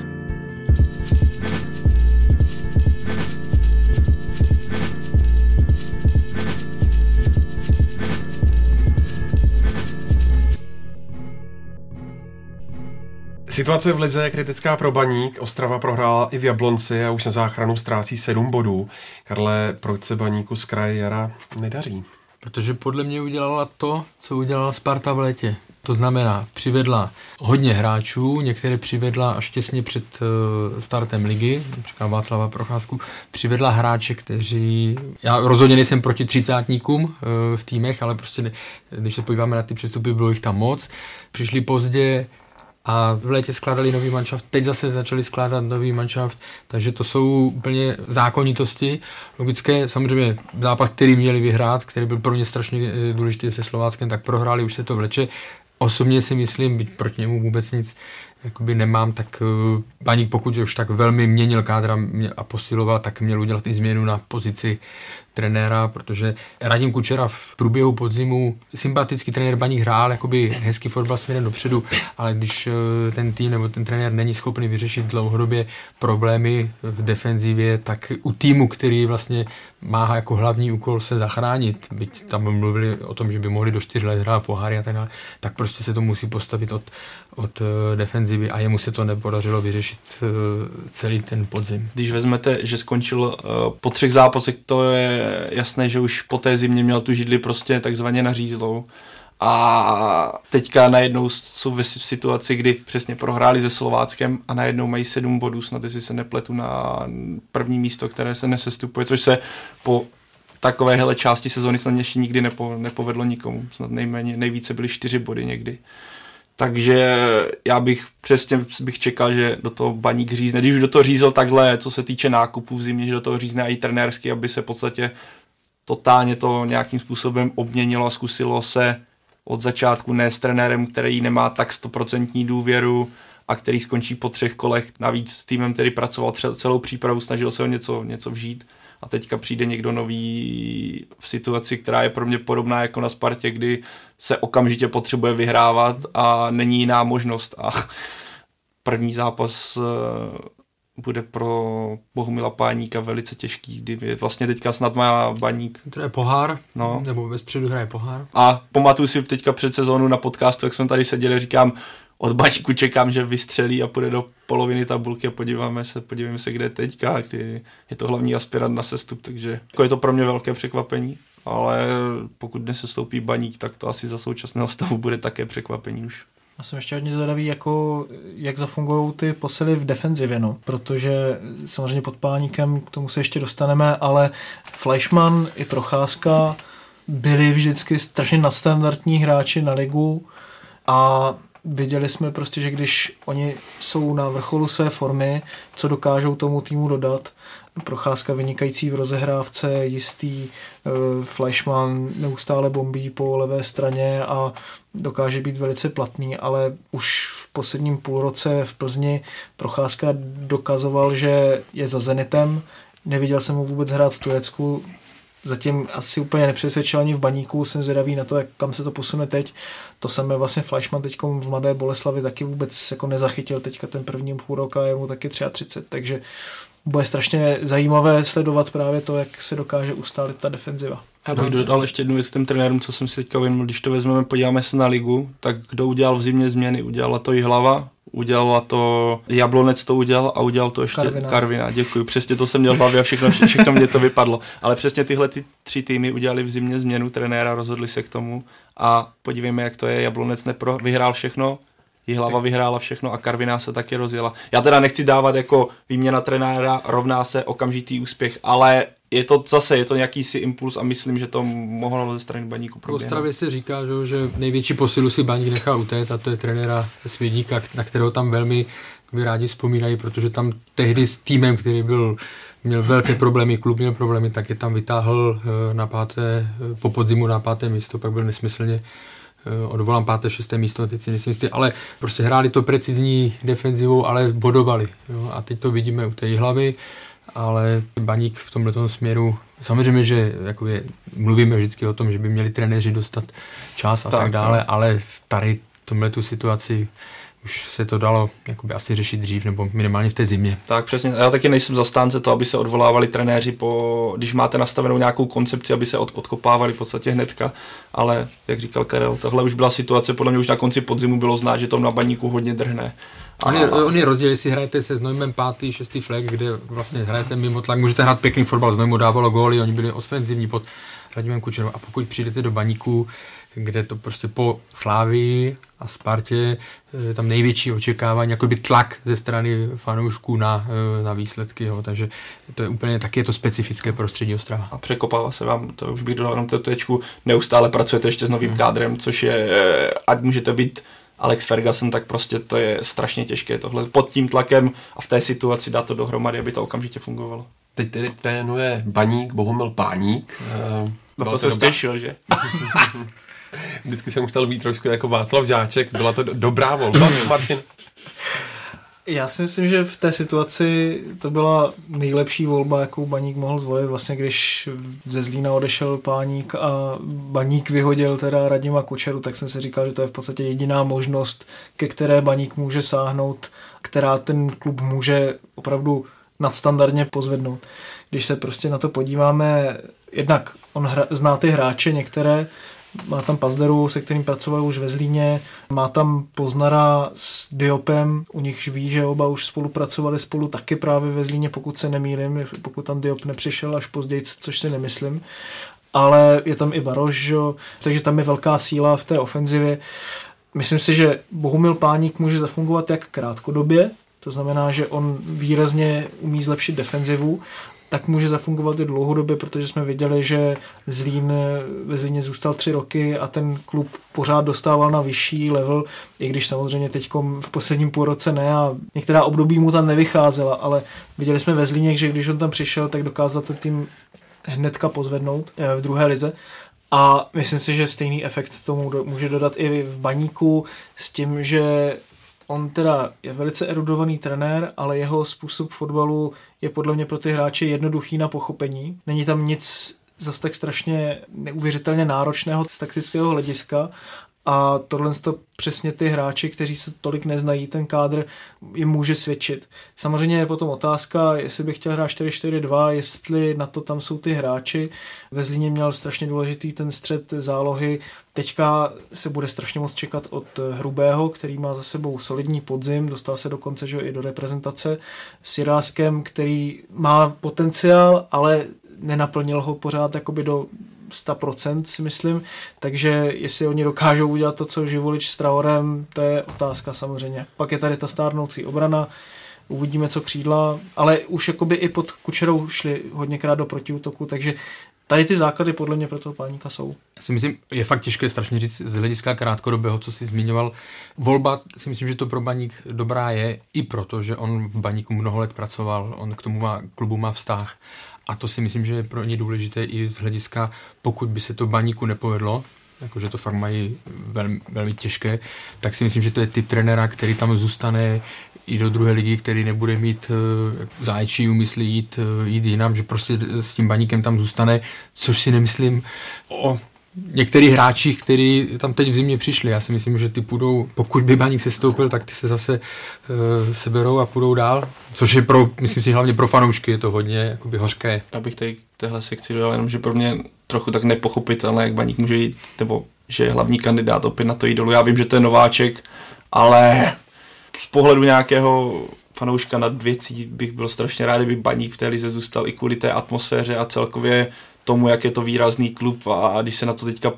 Situace v lize je kritická pro Baník. Ostrava prohrála i v Jablonci a už na záchranu ztrácí 7 bodů. Karle, proč se Baníku z kraje jara nedaří? Protože podle mě udělala to, co udělala Sparta v létě. To znamená, přivedla hodně hráčů, některé přivedla až těsně před startem ligy, říkám Václava Procházku, přivedla hráče, kteří, já rozhodně nejsem proti 30átníkům v týmech, ale prostě když se podíváme na ty přestupy, bylo jich tam moc, přišli pozdě, a v létě skládali nový manšaft, teď zase začali skládat nový manšaft, takže to jsou úplně zákonitosti. Logické, samozřejmě zápas, který měli vyhrát, který byl pro ně strašně důležitý se Slováckem, tak prohráli, už se to vleče. osobně si myslím, byť proti němu vůbec nic jakoby nemám, tak Baník, pokud už tak velmi měnil kádra a posiloval, tak měl udělat i změnu na pozici trenéra, protože Radim Kučera v průběhu podzimu sympatický trenér Baník hrál jakoby hezký fotbal směrem dopředu, ale když ten tým nebo ten trenér není schopný vyřešit dlouhodobě problémy v defenzivě, tak u týmu, který vlastně má jako hlavní úkol se zachránit, byť tam mluvili o tom, že by mohli do 4 let hrát poháry a tak dále, tak prostě se to musí postavit od defenzivy a jemu se to nepodařilo vyřešit celý ten podzim. Když vezmete, že skončil po 3 zápasech, to je jasné, že už po té zimě měl tu židli prostě takzvaně nařízlou. A teďka najednou jsou v situaci, kdy přesně prohráli se Slováckem a najednou mají 7 bodů, snad jestli se nepletu, na první místo, které se nesestupuje, což se po takovéhle části sezóny snad ještě nikdy nepovedlo nikomu. Snad nejvíce byly 4 body někdy. Takže já bych čekal, že do toho Baník řízne. Když už do toho řízel takhle, co se týče nákupů v zimě, že do toho řízne i trenérsky, aby se v podstatě totálně to nějakým způsobem obměnilo a zkusilo se od začátku ne s trenérem, který nemá tak 100% důvěru a který skončí po 3 kolech. Navíc s týmem, který pracoval celou přípravu, snažil se o něco vžít. A teďka přijde někdo nový v situaci, která je pro mě podobná jako na Spartě, kdy se okamžitě potřebuje vyhrávat a není jiná možnost. A první zápas bude pro Bohumila Páníka velice těžký, kdy vlastně teďka snad má Baník. To je pohár, nebo ve středu hraje pohár. A pamatuju si teďka před sezónu na podcastu, jak jsme tady seděli, říkám, od Baníku čekám, že vystřelí a půjde do poloviny tabulky a podíváme se, kde je teďka, kdy je to hlavní aspirant na sestup, takže je to pro mě velké překvapení, ale pokud nesestoupí Baník, tak to asi za současného stavu bude také překvapení už. Já jsem ještě hodně zvědavý, jak zafungují ty posily v defenzivě, protože samozřejmě pod Páníkem k tomu se ještě dostaneme, ale Fleischmann i Procházka byli vždycky strašně nadstandardní hráči na ligu a viděli jsme prostě, že když oni jsou na vrcholu své formy, co dokážou tomu týmu dodat. Procházka vynikající v rozehrávce, jistý, Fleischmann neustále bombí po levé straně a dokáže být velice platný, ale už v posledním půlroce v Plzni Procházka dokazoval, že je za Zenitem. Neviděl jsem ho vůbec hrát v Turecku, zatím asi úplně nepřesvědčil ani v Baníku, jsem zvědavý na to, kam se to posune teď. To samé vlastně Fleischmann teď v Mladé Boleslavi taky vůbec jako nezachytil teďka ten první půl rok a je mu taky 33, takže bude strašně zajímavé sledovat právě to, jak se dokáže ustálit ta defenziva. Já bych dodal ještě jednu věc s tím trenérem, co jsem si teďka uvědomil, když to vezmeme, podíváme se na ligu, tak kdo udělal v zimě změny? Udělala to Jihlava, udělala to Jablonec, to udělal a udělal to ještě Karviná. Děkuji, přesně to jsem měl v hlavě a všechno mě to vypadlo. Ale přesně tyhle 3 týmy udělali v zimě změnu trenéra, rozhodli se k tomu a podívejme, jak to je. Jablonec vyhrál všechno, Jihlava vyhrála všechno a Karviná se taky rozjela. Já teda nechci dávat jako výměna trenéra rovná se okamžitý úspěch, ale je to nějaký si impuls a myslím, že to mohlo ze strany Baníku proběhnout. V Ostravě se říká, že největší posilu si Baník nechá utéct a to je trenéra Svědíka, na kterého tam velmi rádi vzpomínají, protože tam tehdy s týmem, který měl velké problémy, klub měl problémy, tak je tam vytáhl po podzimu na 5. místo, pak byl nesmyslně odvolám 5., 6. místo, teď si nejsem, ale prostě hráli to precizní defenzivou, ale bodovali. Jo? A teď to vidíme u té Jihlavy, ale Baník v tomto směru, samozřejmě, že mluvíme vždycky o tom, že by měli trenéři dostat čas a tak dále, ale v tady tomhletu situaci už se to dalo asi řešit dřív, nebo minimálně v té zimě. Tak přesně, já taky nejsem zastánce toho, aby se odvolávali trenéři, když máte nastavenou nějakou koncepci, aby se odkopávali v podstatě hnedka, ale jak říkal Karel, tohle už byla situace, podle mě už na konci podzimu bylo znát, že to na Baníku hodně drhne. On je rozdíl, jestli hrajete se Znojmem 5., 6. flag, kde vlastně hrajete mimo tlak, můžete hrát pěkný fotbal, Znojmu dávalo góly, oni byli ofenzivní pod Radimem Kučerem a pokud přijdete do Baníku, kde to prostě po Slávii a Spartě tam největší očekávání, jakoby tlak ze strany fanoušků na výsledky, jo. Takže to je úplně taky je to specifické prostředí Ostrava. A překopává se vám, to už bych dodal na tu tečku, neustále pracujete ještě s novým kádrem, což je, ať můžete být Alex Ferguson, tak prostě to je strašně těžké tohle pod tím tlakem a v té situaci dát to dohromady, aby to okamžitě fungovalo. Teď tedy trénuje Baník Bohumil Páník. No to se stěšil, že? Vždycky jsem chtěl být trošku jako Václav Žáček, byla to dobrá volba, Martin? Já si myslím, že v té situaci to byla nejlepší volba, jakou Baník mohl zvolit. Vlastně když ze Zlína odešel Páník a Baník vyhodil teda Radima Kučeru, tak jsem si říkal, že to je v podstatě jediná možnost, ke které Baník může sáhnout, která ten klub může opravdu nadstandardně pozvednout. Když se prostě na to podíváme, jednak on zná ty hráče některé, má tam Pazderu, se kterým pracoval už ve Zlíně, má tam Poznara s Diopem, u nichž ví, že oba už spolupracovali spolu taky právě ve Zlíně, pokud se nemýlím, pokud tam Diop nepřišel až později, což si nemyslím. Ale je tam i Baroš, že? Takže tam je velká síla v té ofenzivě. Myslím si, že Bohumil Páník může zafungovat jak krátkodobě, to znamená, že on výrazně umí zlepšit defenzivu, tak může zafungovat i dlouhodobě, protože jsme viděli, že Zlín ve Zlíně zůstal 3 roky a ten klub pořád dostával na vyšší level, i když samozřejmě teď v posledním půlroce ne a některá období mu tam nevycházela, ale viděli jsme ve Zlíně, že když on tam přišel, tak dokázal ten tým hnedka pozvednout v druhé lize. A myslím si, že stejný efekt tomu může dodat i v Baníku s tím, že on teda je velice erudovaný trenér, ale jeho způsob fotbalu je podle mě pro ty hráče jednoduchý na pochopení. Není tam nic zas tak strašně neuvěřitelně náročného z taktického hlediska a tohle to přesně ty hráči, kteří se tolik neznají, ten kádr jim může svědčit. Samozřejmě je potom otázka, jestli bych chtěl hrát 4-4-2, jestli na to tam jsou ty hráči. Ve Zlíně měl strašně důležitý ten střed zálohy. Teďka se bude strašně moc čekat od Hrubého, který má za sebou solidní podzim, dostal se dokonce že i do reprezentace, s Jiráskem, který má potenciál, ale nenaplnil ho pořád jakoby do 100%, si myslím, takže jestli oni dokážou udělat to, co Živolič s Traorem, to je otázka samozřejmě. Pak je tady ta stárnoucí obrana, uvidíme, co křídla, ale už jakoby i pod Kučerou šli hodněkrát do protiútoku, takže tady ty základy podle mě pro toho Páníka jsou. Já si myslím, je fakt těžké strašně říct z hlediska krátkodobého, co jsi zmiňoval. Volba, si myslím, že to pro Baník dobrá je, i proto, že on v Baníku mnoho let pracoval, on k tomu klubu má vztah. A to si myslím, že je pro ně důležité i z hlediska, pokud by se to Baníku nepovedlo, jakože to fakt mají velmi, velmi těžké, tak si myslím, že to je typ trenéra, který tam zůstane i do druhé ligy, který nebude mít záječí úmysly jít jinam, že prostě s tím Baníkem tam zůstane, což si nemyslím o některých hráčích, kteří tam teď v zimě přišli. Já si myslím, že ty půjdou, pokud by Baník sestoupil, tak ty se zase seberou a půjdou dál, což je myslím si hlavně pro fanoušky, je to hodně jakoby hořké. Abych tady k téhle sekci dodal, jenom že pro mě trochu tak nepochopitelné, jak Baník může jít, nebo že je hlavní kandidát opět na to jít dolů. Já vím, že to je nováček, ale z pohledu nějakého fanouška nad věcí bych byl strašně rád, kdyby Baník v té lize zůstal i kvůli té atmosféře a celkově tomu, jak je to výrazný klub a když se na to teďka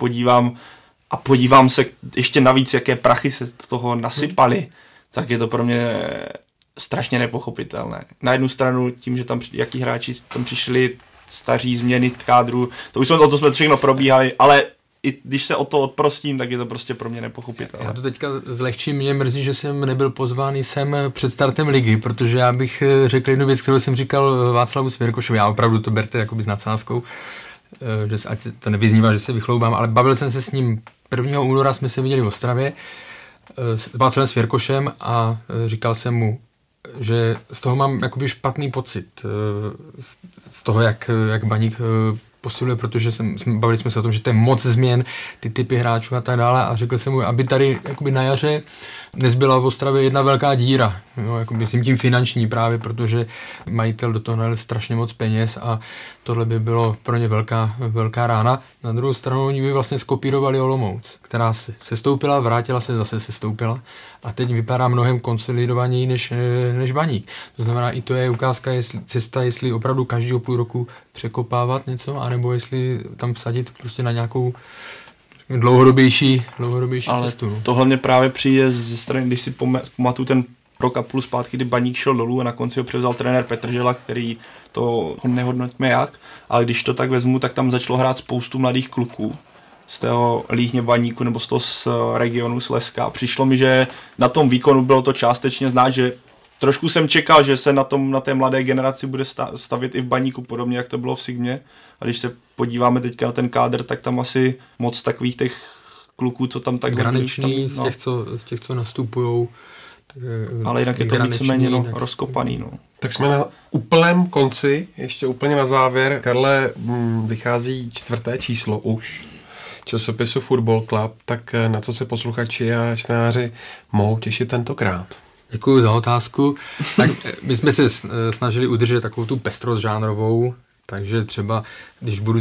podívám se ještě navíc, jaké prachy se toho nasypaly, tak je to pro mě strašně nepochopitelné. Na jednu stranu tím, že tam jaký hráči tam přišli, staří změny kádru, o to jsme všechno probíhali, ale i když se o to odprostím, tak je to prostě pro mě nepochopitelné. Já to teďka zlehčím, mě mrzí, že jsem nebyl pozván sem před startem ligy, protože já bych řekl jednu věc, kterou jsem říkal Václavu Svěrkošovi, já opravdu to berte jakoby s nadsázkou, že ať to nevyznívá, že se vychloubám, ale bavil jsem se s ním 1. února, jsme se viděli v Ostravě s Václavem Svěrkošem a říkal jsem mu, že z toho mám jakoby špatný pocit, z toho, jak Baník posiluje, protože bavili jsme se o tom, že to je moc změn, ty typy hráčů a tak dále a řekl jsem mu, aby tady jakoby na jaře nezbyla v Ostravě jedna velká díra, jo, jako myslím tím finanční právě, protože majitel do toho nalil strašně moc peněz a tohle by bylo pro ně velká rána. Na druhou stranu oni by vlastně skopírovali Olomouc, která se sestoupila, vrátila se, zase sestoupila a teď vypadá mnohem konsolidovaněji než Baník. To znamená, i to je ukázka, jestli opravdu každého půl roku překopávat něco, anebo jestli tam vsadit prostě na nějakou dlouhodobější cestu. Ale to hlavně právě přijde ze strany, když si pamatuju ten rok a půl zpátky, kdy Baník šel dolů a na konci ho převzal trenér Petržela, který to nehodnotíme jak, ale když to tak vezmu, tak tam začalo hrát spoustu mladých kluků z toho Líhně Baníku nebo z toho z regionu Slezska. Přišlo mi, že na tom výkonu bylo to částečně znát, že trošku jsem čekal, že se na té mladé generaci bude stavět i v Baníku, podobně jak to bylo v Sigmě. A když se podíváme teďka na ten kádr, tak tam asi moc takových těch kluků, co tam tak Graniční z těch, co nastupujou. Ale jinak je to víceméně rozkopaný. No. Tak jsme na úplném konci, ještě úplně na závěr. Karle, vychází 4. číslo už časopisu Football Club, tak na co se posluchači a čtenáři mohou těšit tentokrát? Děkuji za otázku. Tak my jsme se snažili udržet takovou tu pestrost žánrovou, takže třeba, když budu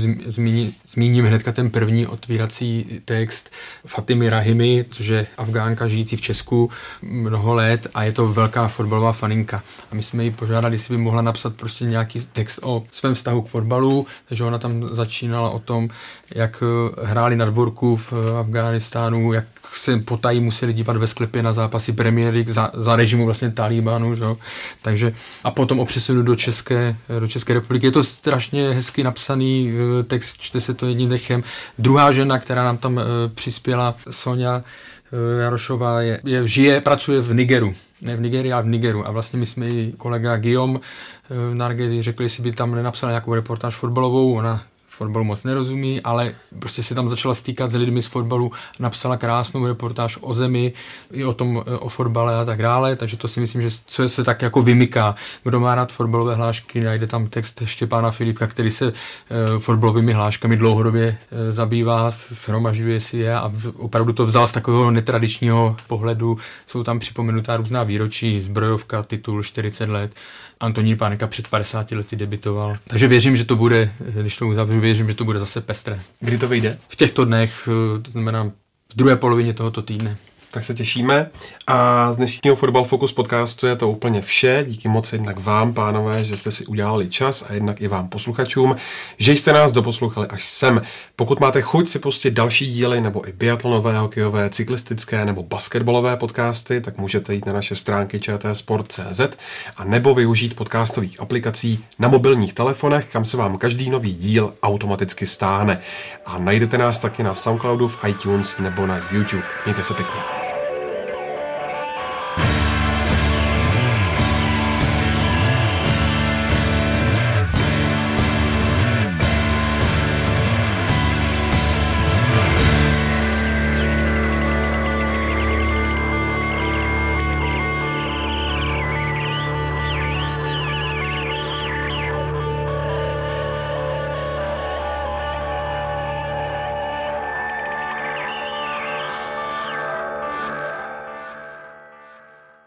zmíním hnedka ten první otvírací text Fatimy Rahimi, což je Afgánka žijící v Česku mnoho let a je to velká fotbalová faninka. A my jsme ji požádali, jestli by mohla napsat prostě nějaký text o svém vztahu k fotbalu, takže ona tam začínala o tom, jak hráli na dvorku v Afghánistánu, jak se potají museli dívat ve sklepě na zápasy Premier League za režimu vlastně Talibánu, že? Takže a potom o přesunu do České republiky. Je to strašně hezky napsaný text, čte se to jedním dechem. Druhá žena, která nám tam přispěla, Sonja Jarošová, pracuje v Nigeru. Ne v Nigerii, ale v Nigeru. A vlastně my jsme jí kolega Guillaume Nargedi řekli, jestli by tam nenapsala nějakou reportáž fotbalovou. Ona fotbalu moc nerozumí, ale prostě se tam začala stýkat s lidmi z fotbalu, napsala krásnou reportáž o zemi, i o fotbale a tak dále, takže to si myslím, že co se tak jako vymyká. Kdo má rád fotbalové hlášky, najde tam text Štěpána Filipka, který se fotbalovými hláškami dlouhodobě zabývá, shromažďuje si je a opravdu to vzal z takového netradičního pohledu. Jsou tam připomenutá různá výročí, zbrojovka, titul 40 let. Antonín Pánika před 50 lety debitoval. Takže věřím, že to bude, když to uzavřu, věřím, že to bude zase pestré. Kdy to vyjde? V těchto dnech, to znamená v druhé polovině tohoto týdne. Tak se těšíme. A z dnešního Fotbal Focus podcastu je to úplně vše. Díky moc jednak vám, pánové, že jste si udělali čas a jednak i vám posluchačům, že jste nás doposlouchali až sem. Pokud máte chuť si pustit další díly nebo i biatlonové, hokejové, cyklistické nebo basketbalové podcasty, tak můžete jít na naše stránky čtsport.cz a nebo využít podcastových aplikací na mobilních telefonech, kam se vám každý nový díl automaticky stáhne. A najdete nás taky na Soundcloudu, v iTunes nebo na YouTube. Mějte se pěkně.